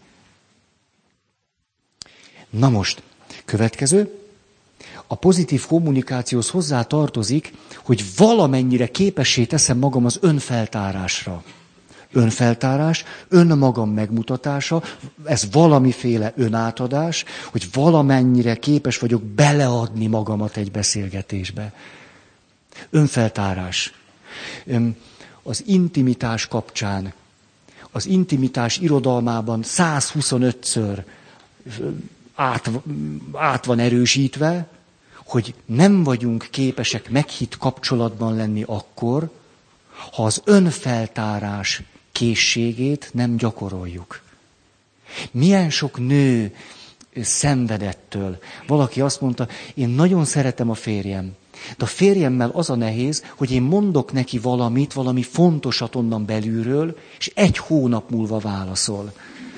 Na most, következő. A pozitív kommunikációhoz hozzá tartozik, hogy valamennyire képessé teszem magam az önfeltárásra. Önfeltárás, önmagam megmutatása, ez valamiféle önátadás, hogy valamennyire képes vagyok beleadni magamat egy beszélgetésbe. Önfeltárás. Az intimitás kapcsán, az intimitás irodalmában százhuszonötször át, át van erősítve, hogy nem vagyunk képesek meghitt kapcsolatban lenni akkor, ha az önfeltárás készségét nem gyakoroljuk. Milyen sok nő szenvedettől. Valaki azt mondta, én nagyon szeretem a férjem, de a férjemmel az a nehéz, hogy én mondok neki valamit, valami fontosat onnan belülről, és egy hónap múlva válaszol.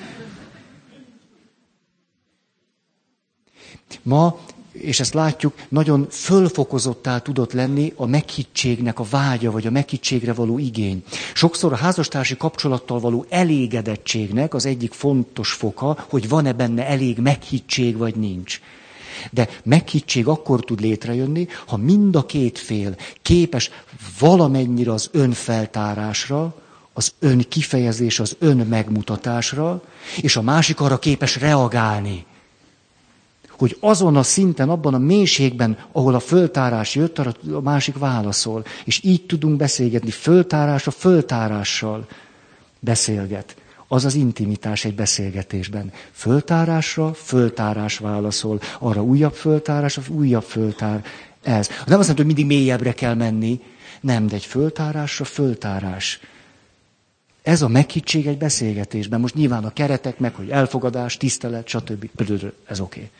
Ma, és ezt látjuk, nagyon fölfokozottá tudott lenni a meghittségnek a vágya, vagy a meghittségre való igény. Sokszor a házastársi kapcsolattal való elégedettségnek az egyik fontos foka, hogy van-e benne elég meghittség, vagy nincs. De meghittség akkor tud létrejönni, ha mind a két fél képes valamennyire az önfeltárásra, az ön kifejezés, az ön megmutatásra, és a másik arra képes reagálni. Hogy azon a szinten, abban a mélységben, ahol a föltárás jött, arra a másik válaszol. És így tudunk beszélgetni. Föltárás a föltárással beszélget. Az az intimitás egy beszélgetésben. Föltárásra, föltárás válaszol. Arra újabb föltárás, újabb föltár. Ez. Nem azt jelenti, hogy mindig mélyebbre kell menni. Nem, de egy föltárásra, föltárás. Ez a meghittség egy beszélgetésben. Most nyilván a keretek meg, hogy elfogadás, tisztelet, stb. Ez oké. Okay.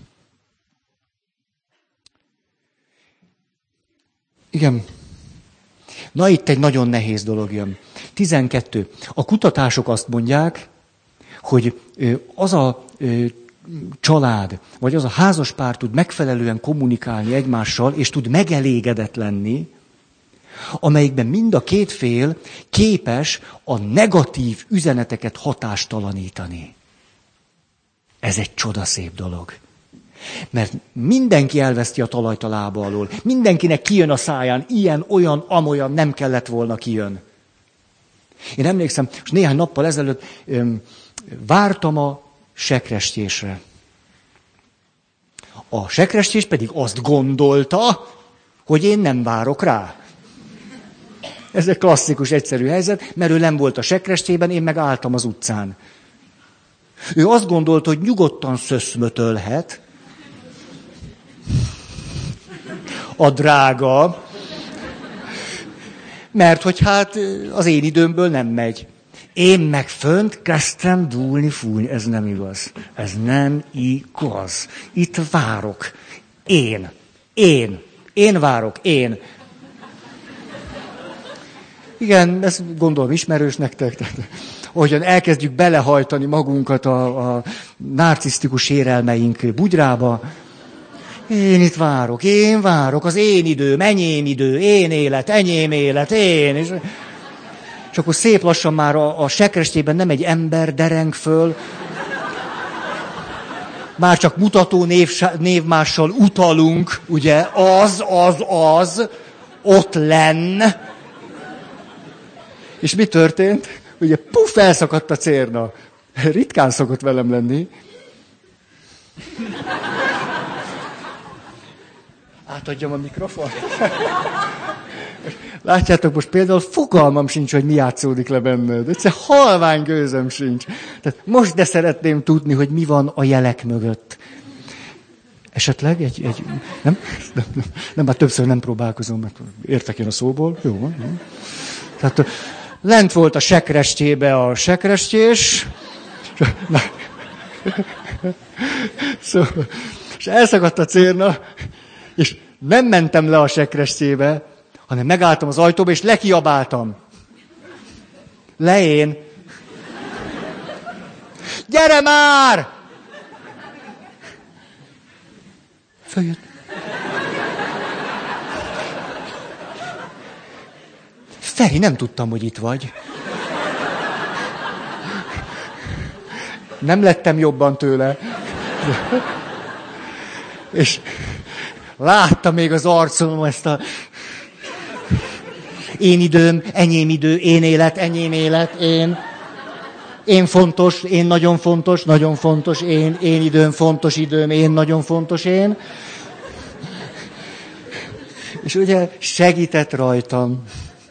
Igen. Na itt egy nagyon nehéz dolog jön. tizenkettő. A kutatások azt mondják, hogy az a család, vagy az a házaspár tud megfelelően kommunikálni egymással, és tud megelégedett lenni, amelyikben mind a két fél képes a negatív üzeneteket hatástalanítani. Ez egy csodaszép dolog. Mert mindenki elveszti a talajt a lába alól. Mindenkinek kijön a száján, ilyen, olyan, amolyan nem kellett volna kijön. Én emlékszem, és néhány nappal ezelőtt öm, vártam a sekrestjésre. A sekrestés pedig azt gondolta, hogy én nem várok rá. Ez egy klasszikus, egyszerű helyzet, mert ő nem volt a sekrestében, én meg álltam az utcán. Ő azt gondolta, hogy nyugodtan szöszmötölhet. A drága. Mert hogy hát az én időmből nem megy. Én meg fönt kezdtem dúlni, fújni. Ez nem igaz. Ez nem igaz. Itt várok. Én. Én. Én várok. Én. Igen, ezt gondolom ismerős nektek. Ahogyan elkezdjük belehajtani magunkat a, a narcisztikus érelmeink bugyrába. Én itt várok, én várok, az én időm, enyém idő, én élet, enyém élet, én. És, és akkor szép lassan már a, a sekrestében nem egy ember dereng föl, már csak mutató név, névmással utalunk, ugye, az, az, az, ott lenn. És mi történt? Ugye, puff, elszakadt a cérna. Ritkán szokott velem lenni. Átadjam a mikrofont. Látjátok, most például fogalmam sincs, hogy mi játszódik le benned. Egyszer halvány gőzöm sincs. Tehát most de szeretném tudni, hogy mi van a jelek mögött. Esetleg egy... egy nem? Nem, nem, nem, már többször nem próbálkozom, mert értek én a szóból. Jó van. Jó. Tehát lent volt a sekrestjébe a sekrestés. Na. Szóval, és elszakadt a cérna, és nem mentem le a sekrestjébe, hanem megálltam az ajtóba, és lekiabáltam. Le én. Gyere már! Följött. Feri, nem tudtam, hogy itt vagy. Nem lettem jobban tőle. És látta még az arcom ezt a... Én időm, enyém idő, én élet, enyém élet, én... Én fontos, én nagyon fontos, nagyon fontos, én, én időm, fontos időm, én nagyon fontos, én. És ugye segített rajtam.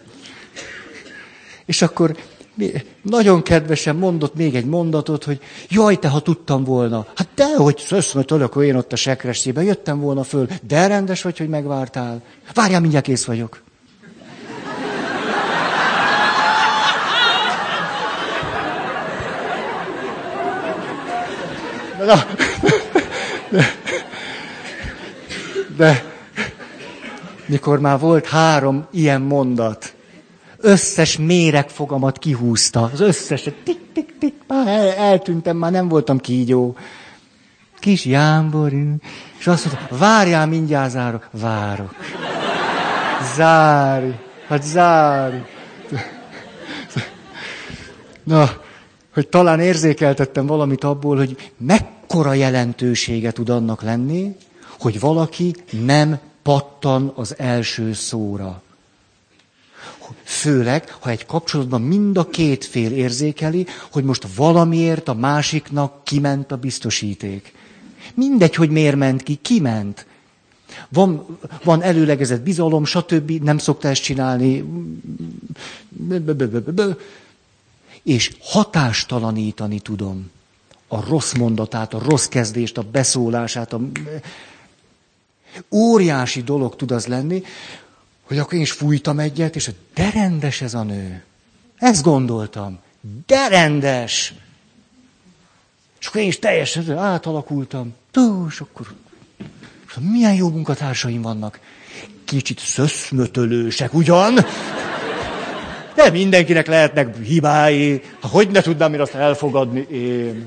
És akkor nagyon kedvesen mondott még egy mondatot, hogy jaj, te, ha tudtam volna. Hát dehogy szöszmötölök, én ott a sekrestjében, jöttem volna föl. De rendes vagy, hogy megvártál. Várjál, mindjárt kész vagyok. Na, de, de mikor már volt három ilyen mondat, összes méregfogamat kihúzta, az összeset, tik, tik, tik, már el, eltűntem, már nem voltam kígyó. Kis jámbor, és azt mondta, várjál, mindjárt zárok. Várok. Zárj, hát zárj. Na, hogy talán érzékeltettem valamit abból, hogy mekkora jelentősége tud annak lenni, hogy valaki nem pattan az első szóra. Főleg, ha egy kapcsolatban mind a két fél érzékeli, hogy most valamiért a másiknak kiment a biztosíték. Mindegy, hogy miért ment ki, kiment. Van, van előlegezett bizalom, stb. Nem szokta ezt csinálni. És hatástalanítani tudom a rossz mondatát, a rossz kezdést, a beszólását. A... Óriási dolog tud az lenni, hogy akkor én is fújtam egyet, és de rendes ez a nő. Ezt gondoltam. De rendes! És akkor én is teljesen átalakultam. Tú, és akkor milyen jó munkatársaim vannak. Kicsit szöszmötölősek, ugyan? De mindenkinek lehetnek hibái. Ha hogy ne tudnám én azt elfogadni, én.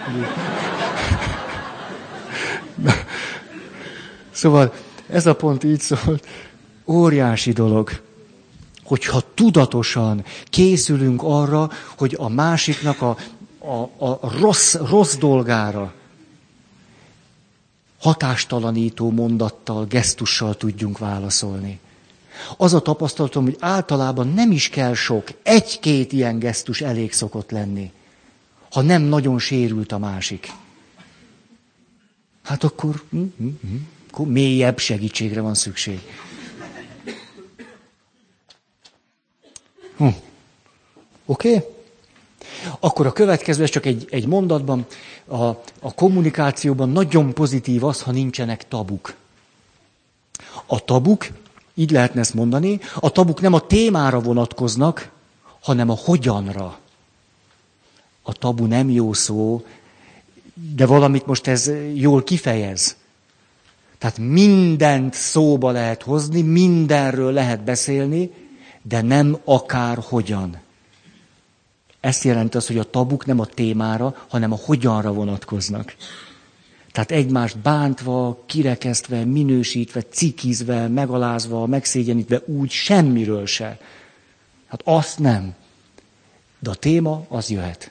Na. Szóval ez a pont így szólt. Óriási dolog, hogyha tudatosan készülünk arra, hogy a másiknak a, a, a rossz, rossz dolgára hatástalanító mondattal, gesztussal tudjunk válaszolni. Az a tapasztalatom, hogy általában nem is kell sok, egy-két ilyen gesztus elég szokott lenni, ha nem nagyon sérült a másik. Hát akkor, hm, hm, hm, akkor mélyebb segítségre van szükség. Hm. Oké? Okay? Akkor a következő, ez csak egy, egy mondatban, a, a kommunikációban nagyon pozitív az, ha nincsenek tabuk. A tabuk, így lehetne ezt mondani, a tabuk nem a témára vonatkoznak, hanem a hogyanra. A tabu nem jó szó, de valamit most ez jól kifejez. Tehát mindent szóba lehet hozni, mindenről lehet beszélni, de nem akár hogyan. Ezt jelenti az, hogy a tabuk nem a témára, hanem a hogyanra vonatkoznak. Tehát egymást bántva, kirekesztve, minősítve, cikizve, megalázva, megszégyenítve, úgy semmiről se. Hát azt nem. De a téma, az jöhet.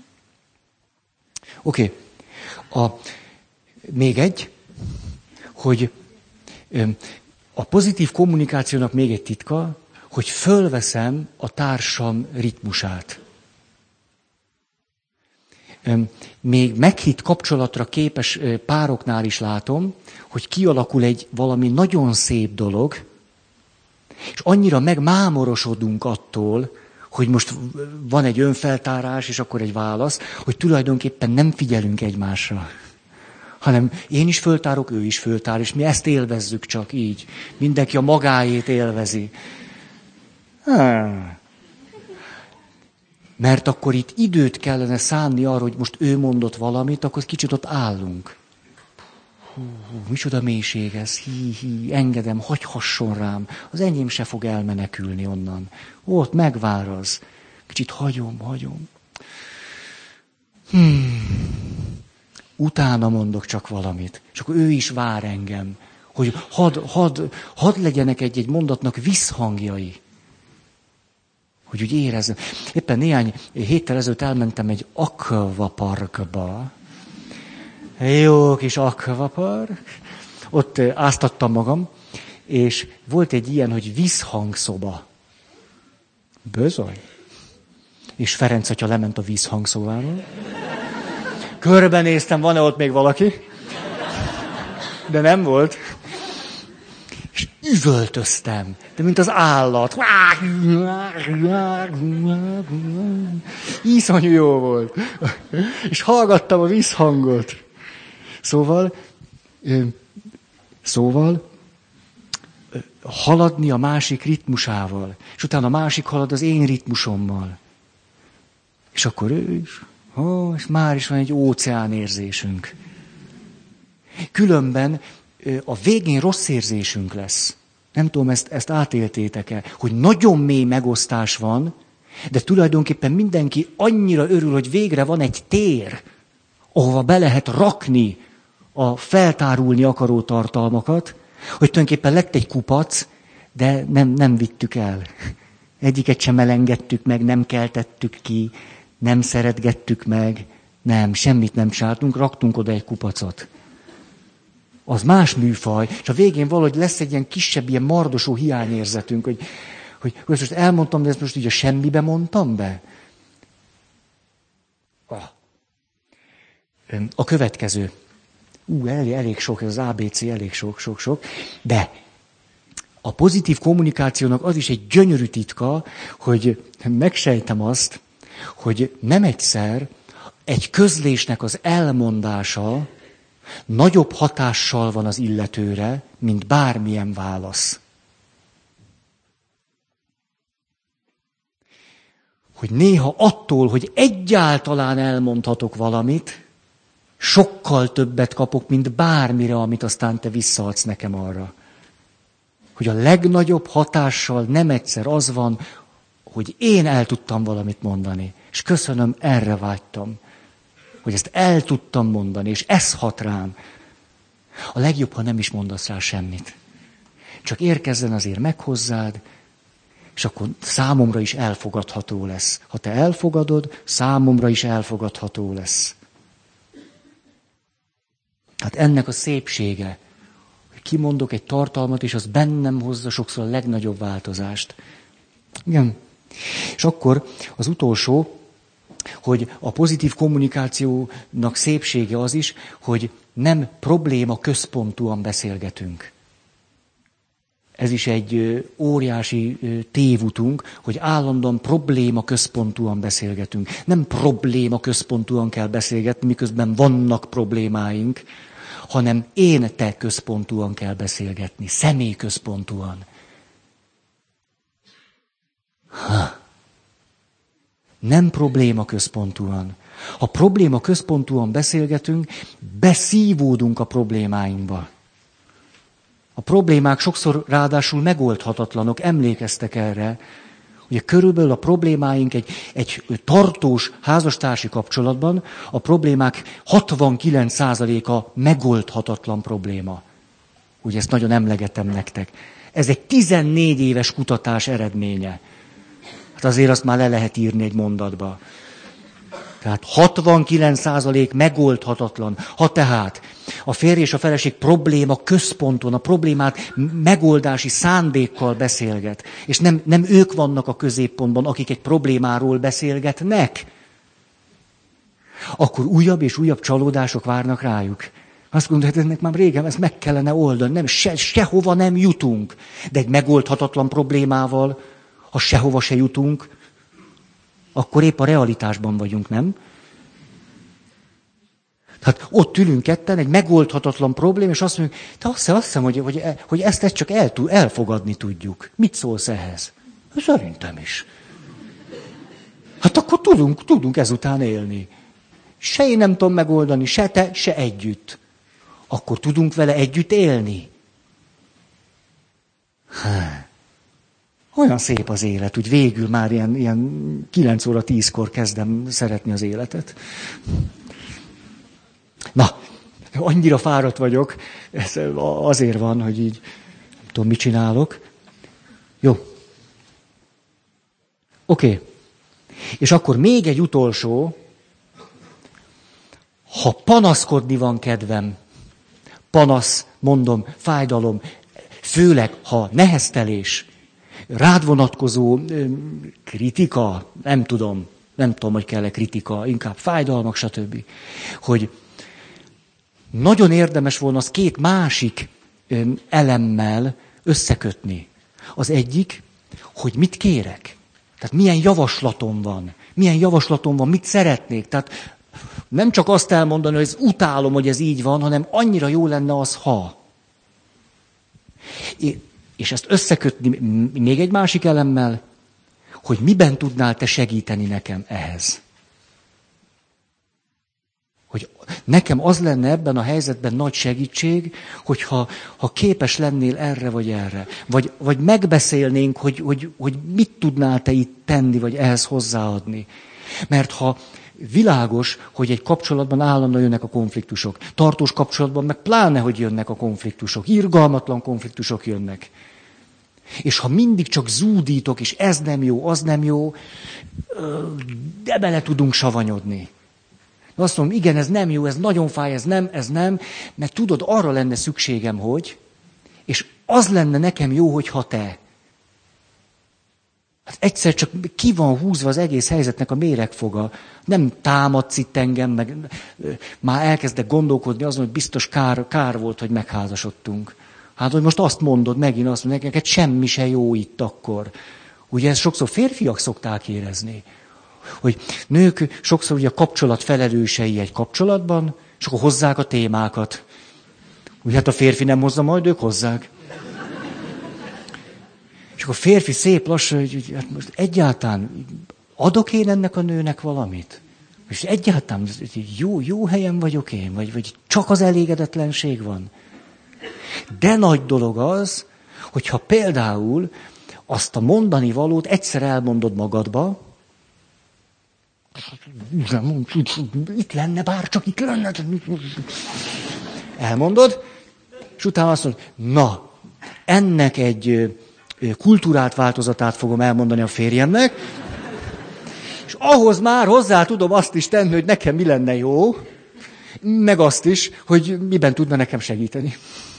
Oké. Okay. Még egy, hogy a pozitív kommunikációnak még egy titka, hogy fölveszem a társam ritmusát. Még meghitt kapcsolatra képes pároknál is látom, hogy kialakul egy valami nagyon szép dolog, és annyira megmámorosodunk attól, hogy most van egy önfeltárás, és akkor egy válasz, hogy tulajdonképpen nem figyelünk egymásra. Hanem én is föltárok, ő is föltár, és mi ezt élvezzük csak így. Mindenki a magáét élvezi. Hmm. Mert akkor itt időt kellene szánni arra, hogy most ő mondott valamit, akkor kicsit ott állunk. Hú, hú, micsoda mélység ez, hí, hí, engedem, hagyhasson rám. Az enyém se fog elmenekülni onnan. Ott megvár az. Kicsit hagyom, hagyom. Hmm. Utána mondok csak valamit. És akkor ő is vár engem. Hogy hadd had, had legyenek egy-egy mondatnak visszhangjai. Hogy úgy érezzem. Éppen néhány héttel ezelőtt elmentem egy akvaparkba. Jó kis akvapark. Ott áztattam magam, és volt egy ilyen, hogy vízhangszoba. Bözony. És Ferenc atya lement a vízhangszobába. Körbenéztem, van-e ott még valaki? De nem volt. És üvöltöztem, de mint az állat. Iszonyú jó volt. És hallgattam a vízhangot. Szóval, szóval, haladni a másik ritmusával. És utána a másik halad az én ritmusommal. És akkor ő is. Ó, és már is van egy óceánérzésünk. Különben a végén rossz érzésünk lesz. Nem tudom, ezt, ezt átéltétek-e, hogy nagyon mély megosztás van, de tulajdonképpen mindenki annyira örül, hogy végre van egy tér, ahova be lehet rakni a feltárulni akaró tartalmakat, hogy tulajdonképpen lett egy kupac, de nem, nem vittük el. Egyiket sem elengedtük meg, nem keltettük ki, nem szeretgettük meg, nem, semmit nem csináltunk, raktunk oda egy kupacot. Az más műfaj, és a végén valahogy lesz egy ilyen kisebb, ilyen mardosó hiányérzetünk, hogy, hogy, hogy ezt most elmondtam, de ezt most így a semmibe mondtam be. A következő. Ú, elég, elég sok, ez az á bé cé, elég sok, sok, sok. De a pozitív kommunikációnak az is egy gyönyörű titka, hogy megsejtem azt, hogy nem egyszer egy közlésnek az elmondása nagyobb hatással van az illetőre, mint bármilyen válasz. Hogy néha attól, hogy egyáltalán elmondhatok valamit, sokkal többet kapok, mint bármire, amit aztán te visszaadsz nekem arra. Hogy a legnagyobb hatással nem egyszer az van, hogy én el tudtam valamit mondani. És köszönöm, erre vágytam. Hogy ezt el tudtam mondani, és ez hat rám. A legjobb, ha nem is mondasz rá semmit. Csak érkezzen azért meg hozzád, és akkor számomra is elfogadható lesz. Ha te elfogadod, számomra is elfogadható lesz. Hát ennek a szépsége, hogy kimondok egy tartalmat, és az bennem hozza sokszor a legnagyobb változást. Igen. És akkor az utolsó, hogy a pozitív kommunikációnak szépsége az is, hogy nem probléma központúan beszélgetünk. Ez is egy óriási tévutunk, hogy állandóan probléma központúan beszélgetünk. Nem probléma központúan kell beszélgetni, miközben vannak problémáink, hanem én-te központúan kell beszélgetni, személy központúan. Ha. Nem probléma központúan. Ha probléma központúan beszélgetünk, beszívódunk a problémáinkba. A problémák sokszor ráadásul megoldhatatlanok, emlékeztek erre. Ugye körülbelül a problémáink egy, egy tartós házastársi kapcsolatban, a problémák hatvankilenc százaléka megoldhatatlan probléma. Ugye ezt nagyon emlegetem nektek. Ez egy tizennégy éves kutatás eredménye. Hát azért azt már le lehet írni egy mondatba. Tehát hatvankilenc százalék megoldhatatlan. Ha tehát a férj és a feleség probléma központon, a problémát megoldási szándékkal beszélget, és nem, nem ők vannak a középpontban, akik egy problémáról beszélgetnek, akkor újabb és újabb csalódások várnak rájuk. Azt gondolod, hogy ennek már régen ezt meg kellene oldani, nem, se, sehova nem jutunk. De egy megoldhatatlan problémával, ha sehova se jutunk, akkor épp a realitásban vagyunk, nem? Tehát ott ülünk ketten, egy megoldhatatlan probléma, és azt mondjuk, te azt hiszem, azt hiszem hogy, hogy, hogy ezt, ezt csak el, elfogadni tudjuk. Mit szólsz ehhez? Szerintem is. Hát akkor tudunk, tudunk ezután élni. Se én nem tudom megoldani, se te, se együtt. Akkor tudunk vele együtt élni. Há. Olyan szép az élet, úgy végül már ilyen, ilyen kilenc óra tízkor kezdem szeretni az életet. Na, annyira fáradt vagyok, ez azért van, hogy így nem tudom, mit csinálok. Jó. Oké. Okay. És akkor még egy utolsó, ha panaszkodni van kedvem, panasz, mondom, fájdalom, főleg ha neheztelés, rád vonatkozó kritika, nem tudom, nem tudom, hogy kell-e kritika, inkább fájdalmak, stb. Hogy nagyon érdemes volna az két másik elemmel összekötni. Az egyik, hogy mit kérek. Tehát milyen javaslatom van. Milyen javaslatom van, mit szeretnék. Tehát nem csak azt elmondani, hogy ez utálom, hogy ez így van, hanem annyira jó lenne az, ha. És ezt összekötni még egy másik elemmel, hogy miben tudnál te segíteni nekem ehhez. Hogy nekem az lenne ebben a helyzetben nagy segítség, hogyha ha képes lennél erre vagy erre. Vagy, vagy megbeszélnénk, hogy, hogy, hogy mit tudnál te itt tenni, vagy ehhez hozzáadni. Mert ha világos, hogy egy kapcsolatban állandóan jönnek a konfliktusok. Tartós kapcsolatban meg pláne, hogy jönnek a konfliktusok. Irgalmatlan konfliktusok jönnek. És ha mindig csak zúdítok, és ez nem jó, az nem jó, de bele tudunk savanyodni. Azt mondom, igen, ez nem jó, ez nagyon fáj, ez nem, ez nem, mert tudod, arra lenne szükségem, hogy, és az lenne nekem jó, hogyha te. Hát egyszer csak ki van húzva az egész helyzetnek a méregfoga. Nem támadsz itt engem, meg már elkezdek gondolkodni azon, hogy biztos kár, kár volt, hogy megházasodtunk. Hát, hogy most azt mondod, megint azt mondod, neked semmi se jó itt akkor. Ugye ezt sokszor férfiak szokták érezni. Hogy nők sokszor ugye a kapcsolat felelősei egy kapcsolatban, és akkor hozzák a témákat. Ugye hát a férfi nem hozza, majd ők hozzák. És akkor a férfi szép lassan, hogy hát most egyáltalán adok én ennek a nőnek valamit? És egyáltalán jó, jó helyen vagyok én, vagy, vagy csak az elégedetlenség van? De nagy dolog az, hogyha például azt a mondani valót egyszer elmondod magadba, itt lenne, bár csak itt lenne. Elmondod, és utána azt mondod, na, ennek egy kultúrált változatát fogom elmondani a férjemnek, és ahhoz már hozzá tudom azt is tenni, hogy nekem mi lenne jó, meg azt is, hogy miben tudna nekem segíteni.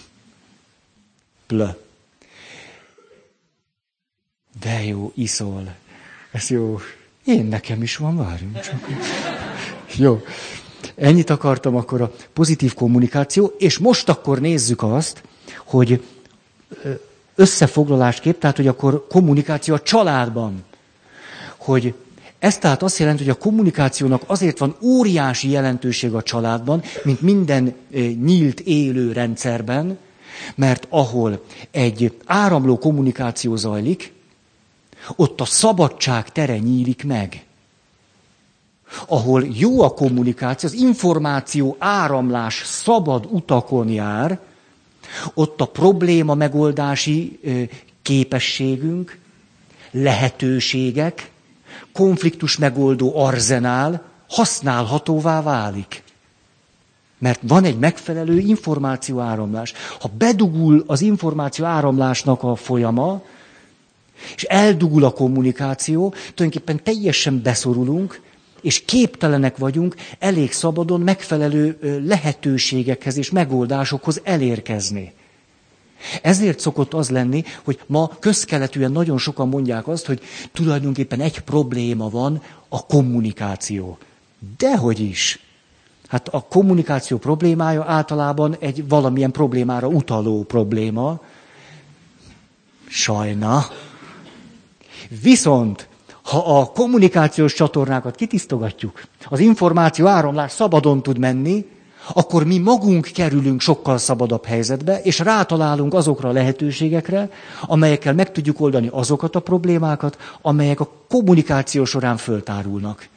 Plö. De jó, iszol. Ez jó. Én nekem is van, várjunk csak. Jó. Ennyit akartam akkor a pozitív kommunikáció, és most akkor nézzük azt, hogy összefoglalásképp, tehát hogy akkor kommunikáció a családban. Hogy ez tehát azt jelenti, hogy a kommunikációnak azért van óriási jelentőség a családban, mint minden nyílt, élő rendszerben, mert ahol egy áramló kommunikáció zajlik, ott a szabadság tere nyílik meg. Ahol jó a kommunikáció, az információ áramlás szabad utakon jár, ott a probléma megoldási képességünk, lehetőségek, konfliktus megoldó arzenál használhatóvá válik. Mert van egy megfelelő információ áramlás. Ha bedugul az információ áramlásnak a folyama, és eldugul a kommunikáció, tulajdonképpen teljesen beszorulunk, és képtelenek vagyunk elég szabadon megfelelő lehetőségekhez és megoldásokhoz elérkezni. Ezért szokott az lenni, hogy ma közkeletűen nagyon sokan mondják azt, hogy tulajdonképpen egy probléma van, a kommunikáció. Dehogy is. Hát a kommunikáció problémája általában egy valamilyen problémára utaló probléma. Sajna. Viszont, ha a kommunikációs csatornákat kitisztogatjuk, az információ áramlás szabadon tud menni, akkor mi magunk kerülünk sokkal szabadabb helyzetbe, és rátalálunk azokra a lehetőségekre, amelyekkel meg tudjuk oldani azokat a problémákat, amelyek a kommunikáció során föltárulnak.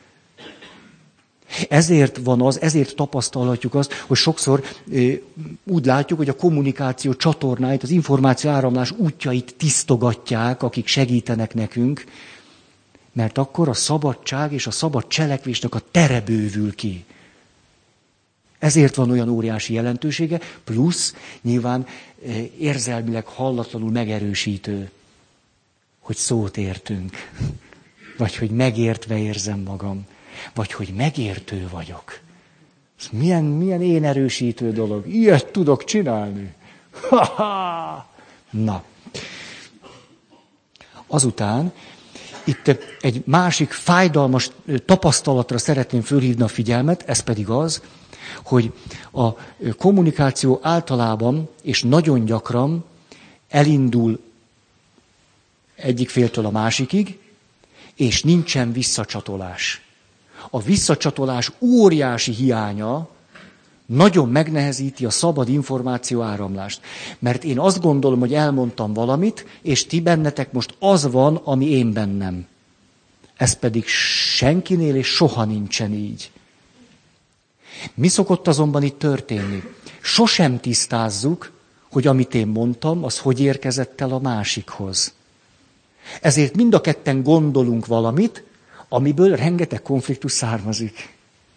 Ezért van az, ezért tapasztalhatjuk azt, hogy sokszor úgy látjuk, hogy a kommunikáció csatornáit, az információ áramlás útjait tisztogatják, akik segítenek nekünk, mert akkor a szabadság és a szabad cselekvésnek a tere bővül ki. Ezért van olyan óriási jelentősége, plusz nyilván érzelmileg hallatlanul megerősítő, hogy szót értünk, vagy hogy megértve érzem magam, vagy hogy megértő vagyok. Ez milyen, milyen én erősítő dolog. Ilyet tudok csinálni. Ha-ha! Na. Azután itt egy másik fájdalmas tapasztalatra szeretném fölhívni a figyelmet, ez pedig az, hogy a kommunikáció általában és nagyon gyakran elindul egyik féltől a másikig, és nincsen visszacsatolás. A visszacsatolás óriási hiánya nagyon megnehezíti a szabad információ áramlást. Mert én azt gondolom, hogy elmondtam valamit, és ti bennetek most az van, ami én bennem. Ez pedig senkinél és soha nincsen így. Mi szokott azonban itt történni? Sosem tisztázzuk, hogy amit én mondtam, az hogy érkezett el a másikhoz. Ezért mind a ketten gondolunk valamit, amiből rengeteg konfliktus származik.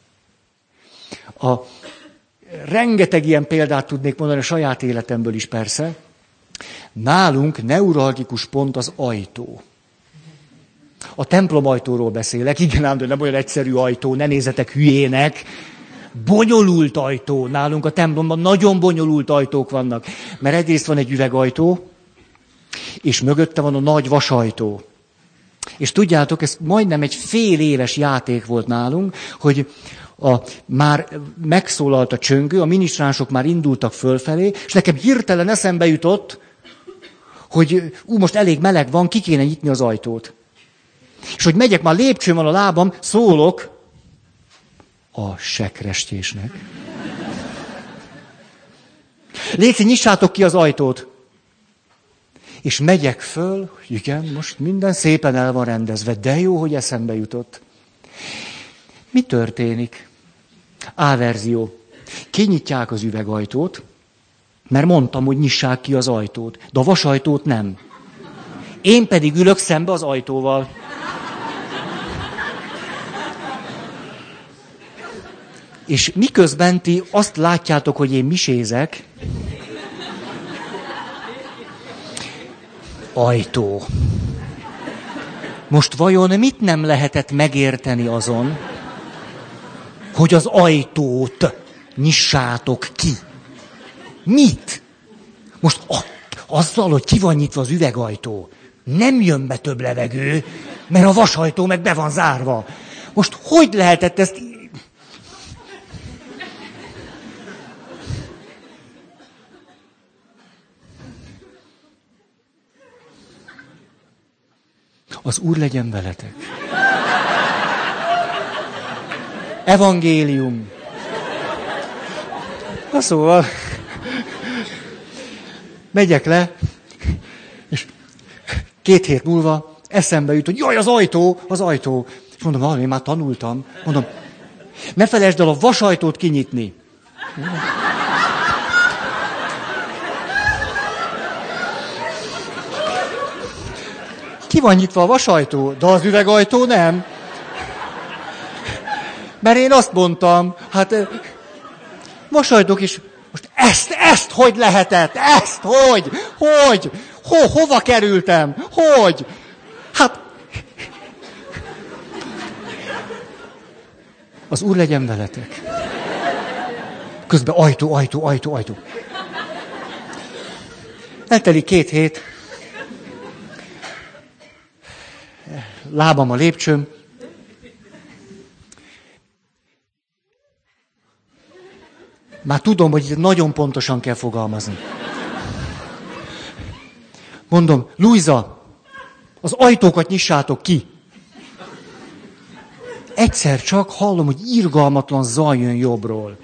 A rengeteg ilyen példát tudnék mondani a saját életemből is persze. Nálunk neuralgikus pont az ajtó. A templom ajtóról beszélek, igen ám, de nem olyan egyszerű ajtó, ne nézzetek hülyének. Bonyolult ajtó. Nálunk a templomban nagyon bonyolult ajtók vannak. Mert egyrészt van egy üvegajtó, és mögötte van a nagy vasajtó. És tudjátok, ez majdnem egy fél éves játék volt nálunk, hogy a, már megszólalt a csöngő, a minisztránsok már indultak fölfelé, és nekem hirtelen eszembe jutott, hogy ú, most elég meleg van, ki kéne nyitni az ajtót. És hogy megyek, már lépcsőn van a lábam, szólok a sekrestésnek. Léci, nyissátok ki az ajtót. És megyek föl, igen, most minden szépen el van rendezve, de jó, hogy eszembe jutott. Mi történik? A verzió. Kinyitják az üvegajtót, mert mondtam, hogy nyissák ki az ajtót, de a vasajtót nem. Én pedig ülök szembe az ajtóval. És miközben ti azt látjátok, hogy én misézek, ajtó. Most vajon mit nem lehetett megérteni azon, hogy az ajtót nyissátok ki? Mit? Most a, azzal, hogy ki van nyitva az üvegajtó, nem jön be több levegő, mert a vasajtó meg be van zárva. Most hogy lehetett ezt... Az Úr legyen veletek. Evangélium. Na szóval, megyek le, és két hét múlva eszembe jut, hogy jaj, az ajtó, az ajtó. És mondom, valami, én már tanultam. Mondom, ne felejtsd el a vasajtót kinyitni. Ki van nyitva a vasajtó, de az üvegajtó nem. Mert én azt mondtam, hát vasajtók is, most ezt, ezt hogy lehetett? Ezt hogy? Hogy? Ho, hova kerültem? Hogy? Hát... Az Úr legyen veletek. Közben ajtó, ajtó, ajtó, ajtó. Eltelik két hét. Lábam a lépcsőm. Már tudom, hogy itt nagyon pontosan kell fogalmazni. Mondom, Luisa, az ajtókat nyissátok ki. Egyszer csak hallom, hogy irgalmatlan zaj jön jobbról.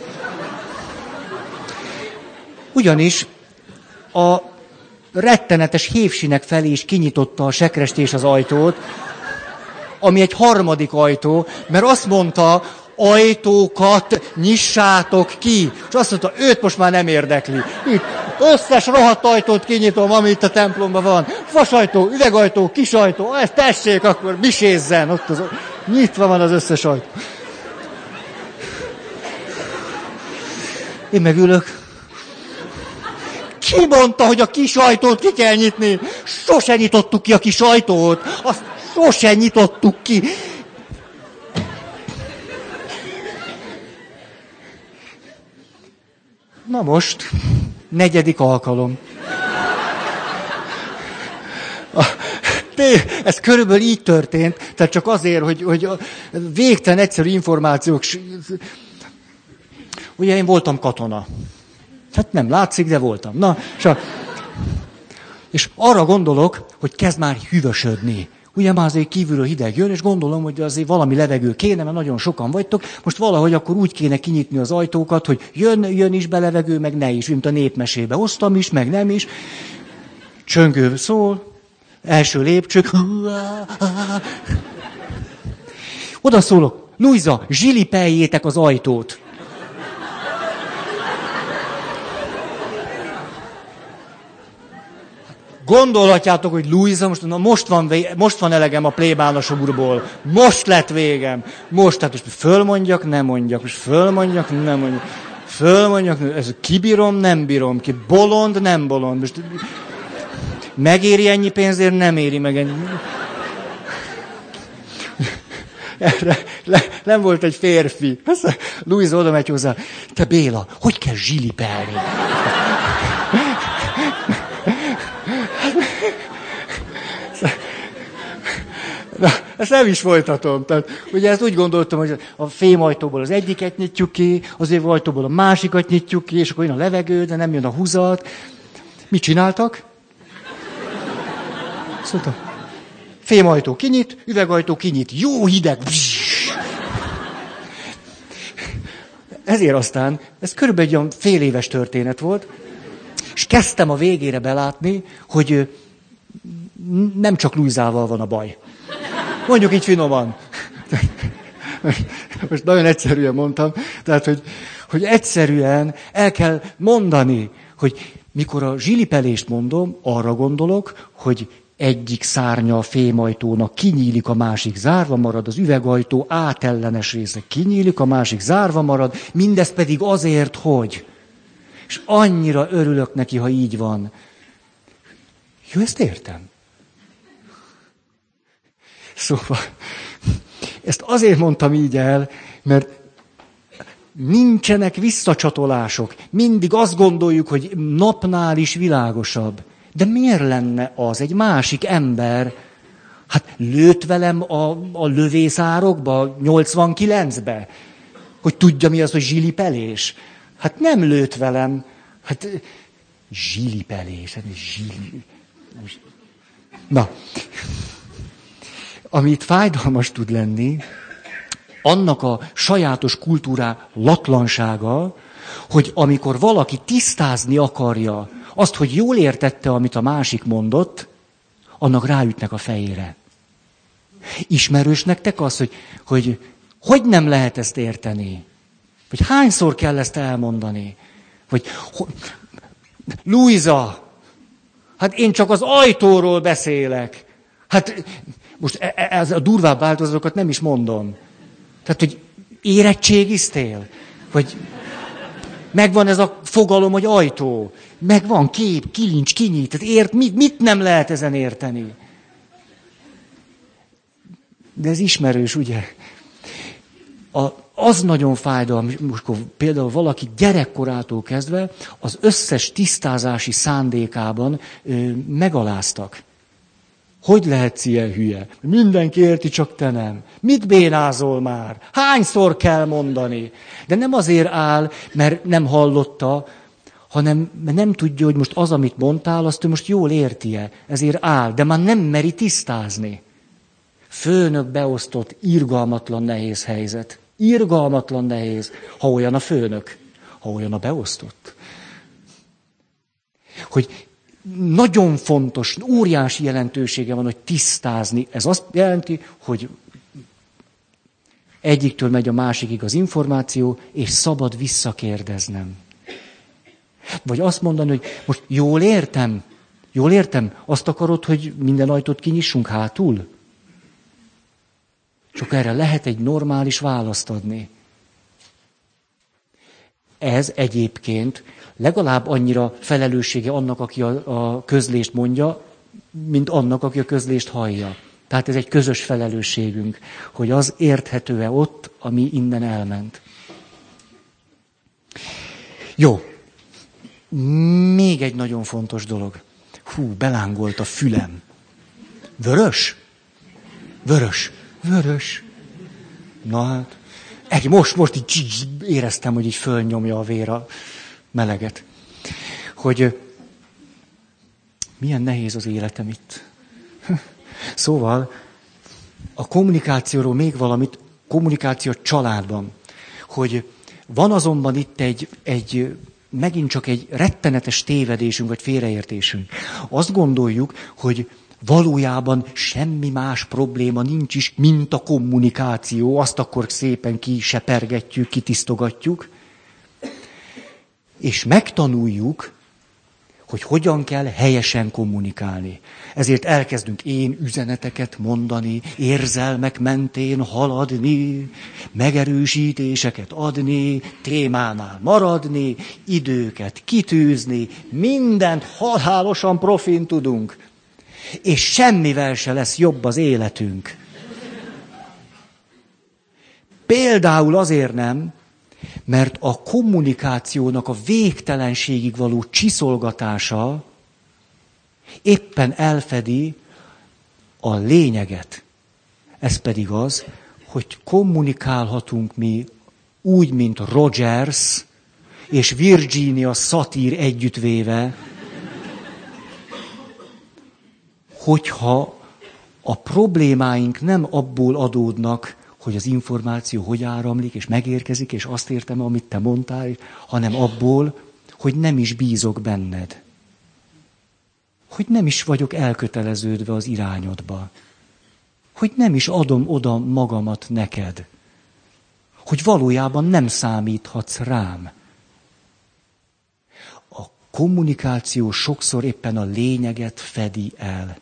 Ugyanis a rettenetes hévsinek felé is kinyitotta a sekrestés az ajtót, ami egy harmadik ajtó, mert azt mondta, ajtókat nyissátok ki. És azt mondta, őt most már nem érdekli. Itt összes rohadt ajtót kinyitom, ami itt a templomban van. Vasajtó, üvegajtó, kisajtó, ezt tessék, akkor misézzen. Ott az, nyitva van az összes ajtó. Én megülök. Ki mondta, hogy a kis ajtót ki kell nyitni? Sose nyitottuk ki a kis ajtót. Azt sose nyitottuk ki. Na most, negyedik alkalom. Ez körülbelül így történt, tehát csak azért, hogy, hogy végtelen egyszerű információk. Ugye én voltam katona. Hát nem látszik, de voltam. Na, és, a, és arra gondolok, hogy kezd már hűvösödni. Ugye már azért kívülről hideg jön, és gondolom, hogy azért valami levegő kéne, mert nagyon sokan vagytok. Most valahogy akkor úgy kéne kinyitni az ajtókat, hogy jön, jön is be levegő, meg ne is, mint a népmesébe. Hoztam is, meg nem is. Csöngő szól, első lépcsők. Oda szólok, Luisa, zsilipeljétek az ajtót. Gondolhatjátok, hogy Luisa, most, na most, van, most van elegem a plébánosobúrból. Most lett végem. Most, tehát most fölmondjak, nem mondjak. Most fölmondjak, nem mondjak. Fölmondjak, ez kibírom, nem bírom ki. Bolond, nem bolond. Most megéri ennyi pénzért, nem éri meg ennyi. Erre, le, nem volt egy férfi. Luisa oda megy hozzá. Te Béla, hogy kell zsilipelni? Na, ezt nem is folytatom. Tehát, ugye ezt úgy gondoltam, hogy a fémajtóból az egyiket nyitjuk ki, az ajtóból a másikat nyitjuk ki, és akkor jön a levegő, de nem jön a húzat. Mit csináltak? Szóval, fémajtó kinyit, üvegajtó kinyit. Jó hideg. Ezért aztán, ez körülbelül egy olyan fél éves történet volt, és kezdtem a végére belátni, hogy nem csak Luisával van a baj. Mondjuk így finoman. Most nagyon egyszerűen mondtam. Tehát, hogy, hogy egyszerűen el kell mondani, hogy mikor a zsilipelést mondom, arra gondolok, hogy egyik szárnya a fémajtónak kinyílik, a másik zárva marad, az üvegajtó átellenes része kinyílik, a másik zárva marad, mindez pedig azért, hogy... És annyira örülök neki, ha így van. Jó, ezt értem. Szóval, ezt azért mondtam így el, mert nincsenek visszacsatolások. Mindig azt gondoljuk, hogy napnál is világosabb. De miért lenne az egy másik ember, Hát lőtt velem a, a lövészárokba, nyolcvankilencbe, hogy tudja mi az, hogy zsilipelés. Hát nem lőtt velem. Hát zsilipelés, hát zsili... Na, amit fájdalmas tud lenni, annak a sajátos kultúrá latlansága, hogy amikor valaki tisztázni akarja azt, hogy jól értette, amit a másik mondott, annak ráütnek a fejére. Ismerős nektek az, hogy hogy, hogy nem lehet ezt érteni? Vagy hányszor kell ezt elmondani? Vagy ho... Luisa, hát én csak az ajtóról beszélek. Hát most ez a durvább változatokat nem is mondom. Tehát, hogy érettségiztél? Vagy megvan ez a fogalom, hogy ajtó. Megvan kép, kilincs, kinyit. Tehát ért, mit, mit nem lehet ezen érteni? De ez ismerős, ugye? A, az nagyon fájdalmas, most például valaki gyerekkorától kezdve az összes tisztázási szándékában ö, megaláztak. Hogy lehetsz ilyen hülye? Mindenki érti, csak te nem. Mit bénázol már? Hányszor kell mondani? De nem azért áll, mert nem hallotta, hanem mert nem tudja, hogy most az, amit mondtál, azt ő most jól érti-e. Ezért áll, de már nem meri tisztázni. Főnök beosztott, irgalmatlan nehéz helyzet. Irgalmatlan nehéz, ha olyan a főnök, ha olyan a beosztott. Hogy nagyon fontos, óriási jelentősége van, hogy tisztázni. Ez azt jelenti, hogy egyiktől megy a másikig az információ, és szabad visszakérdeznem. Vagy azt mondani, hogy most jól értem, jól értem, azt akarod, hogy minden ajtót kinyissunk hátul? Csak erre lehet egy normális választ adni. Ez egyébként legalább annyira felelőssége annak, aki a, a közlést mondja, mint annak, aki a közlést hallja. Tehát ez egy közös felelősségünk, hogy az érthető-e ott, ami innen elment. Jó. Még egy nagyon fontos dolog. Hú, belángolt a fülem. Vörös? Vörös. Vörös. Na hát. Egy, most, most így éreztem, hogy így fölnyomja a vér a meleget. Hogy milyen nehéz az életem itt. Szóval a kommunikációról még valamit, kommunikáció a családban. Hogy van azonban itt egy, egy megint csak egy rettenetes tévedésünk, vagy félreértésünk. Azt gondoljuk, hogy valójában semmi más probléma nincs is, mint a kommunikáció. Azt akkor szépen kisepergetjük, kitisztogatjuk. És megtanuljuk, hogy hogyan kell helyesen kommunikálni. Ezért elkezdünk én üzeneteket mondani, érzelmek mentén haladni, megerősítéseket adni, témánál maradni, időket kitűzni, mindent halálosan profin tudunk. És semmivel se lesz jobb az életünk. Például azért nem, mert a kommunikációnak a végtelenségig való csiszolgatása éppen elfedi a lényeget. Ez pedig az, hogy kommunikálhatunk mi úgy, mint Rogers és Virginia Satir együttvéve, hogyha a problémáink nem abból adódnak, hogy az információ hogy áramlik, és megérkezik, és azt értem, amit te mondtál, hanem abból, hogy nem is bízok benned. Hogy nem is vagyok elköteleződve az irányodba. Hogy nem is adom oda magamat neked. Hogy valójában nem számíthatsz rám. A kommunikáció sokszor éppen a lényeget fedi el.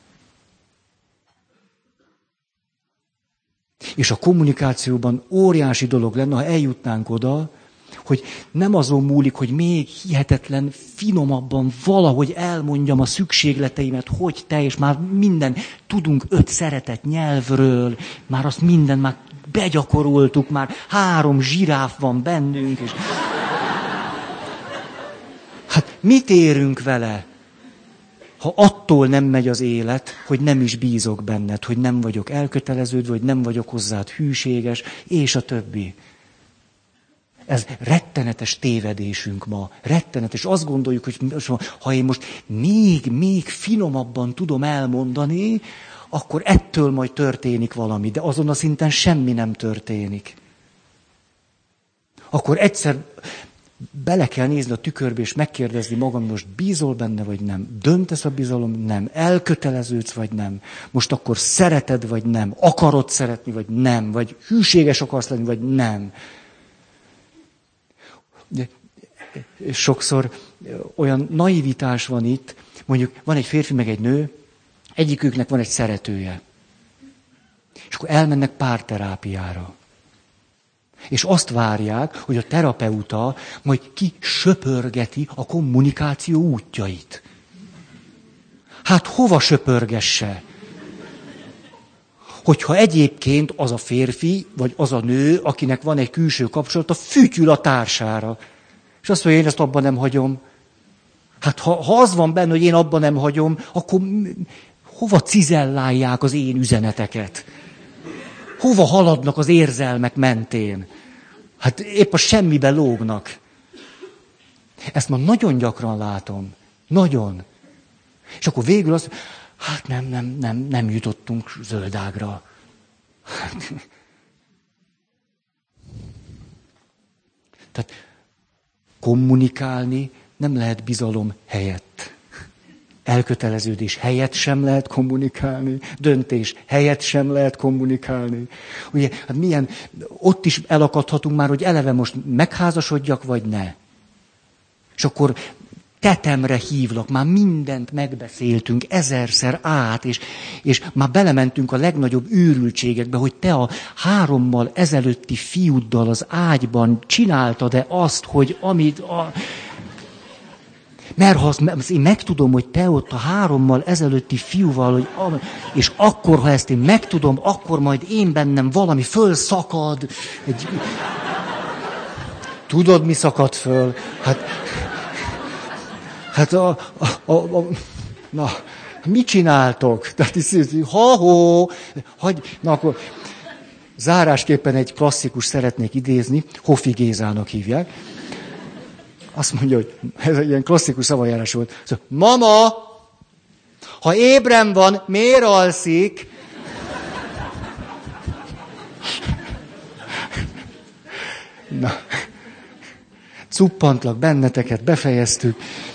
És a kommunikációban óriási dolog lenne, ha eljutnánk oda, hogy nem azon múlik, hogy még hihetetlen finomabban valahogy elmondjam a szükségleteimet, hogy te, és már minden, tudunk öt szeretett nyelvről, már azt minden már begyakoroltuk, már három zsiráf van bennünk, és hát mit érünk vele, Ha attól nem megy az élet, hogy nem is bízok benned, hogy nem vagyok elköteleződve, vagy nem vagyok hozzád hűséges, és a többi. Ez rettenetes tévedésünk ma. Rettenetes. Azt gondoljuk, hogy ha én most még, még finomabban tudom elmondani, akkor ettől majd történik valami, de azon a szinten semmi nem történik. Akkor egyszer bele kell nézni a tükörbe, és megkérdezni magam, most bízol benne, vagy nem? Döntesz a bizalom? Nem. Elköteleződsz, vagy nem? Most akkor szereted, vagy nem? Akarod szeretni, vagy nem? Vagy hűséges akarsz lenni, vagy nem? De sokszor olyan naivitás van itt, mondjuk van egy férfi, meg egy nő, egyiküknek van egy szeretője. És akkor elmennek párterápiára. És azt várják, hogy a terapeuta majd kisöpörgeti a kommunikáció útjait. Hát hova söpörgesse? Hogyha egyébként az a férfi, vagy az a nő, akinek van egy külső kapcsolata, fütyül a társára. És azt mondja, én ezt abban nem hagyom. Hát ha, ha az van benne, hogy én abban nem hagyom, akkor hova cizellálják az én üzeneteket? Hova haladnak az érzelmek mentén? Hát épp a semmiben lógnak. Ezt már nagyon gyakran látom. Nagyon. És akkor végül azt, hát nem, nem, nem, nem jutottunk zöldágra. Tehát kommunikálni nem lehet bizalom helyett. Elköteleződés helyett sem lehet kommunikálni, döntés helyett sem lehet kommunikálni. Ugye, hát milyen, ott is elakadhatunk már, hogy eleve most megházasodjak, vagy ne. És akkor tetemre hívlak, már mindent megbeszéltünk ezerszer át, és, és már belementünk a legnagyobb őrültségekbe, hogy te a hárommal ezelőtti fiúddal az ágyban csináltad-e azt, hogy amit a... Mert ha azt, én megtudom, hogy te ott a hárommal ezelőtti fiúval, hogy, és akkor, ha ezt én megtudom, akkor majd én bennem valami fölszakad. Egy... Tudod, mi szakad föl? Hát, hát a, a, a, a, na, mit csináltok? Tehát, ha-ho, hagy, na akkor zárásképpen egy klasszikus szeretnék idézni, Hofi Gézának hívják. Azt mondja, hogy ez egy ilyen klasszikus szavajárás volt. Szóval, mama, ha ébren van, miért alszik? Na, cuppantlak benneteket, befejeztük.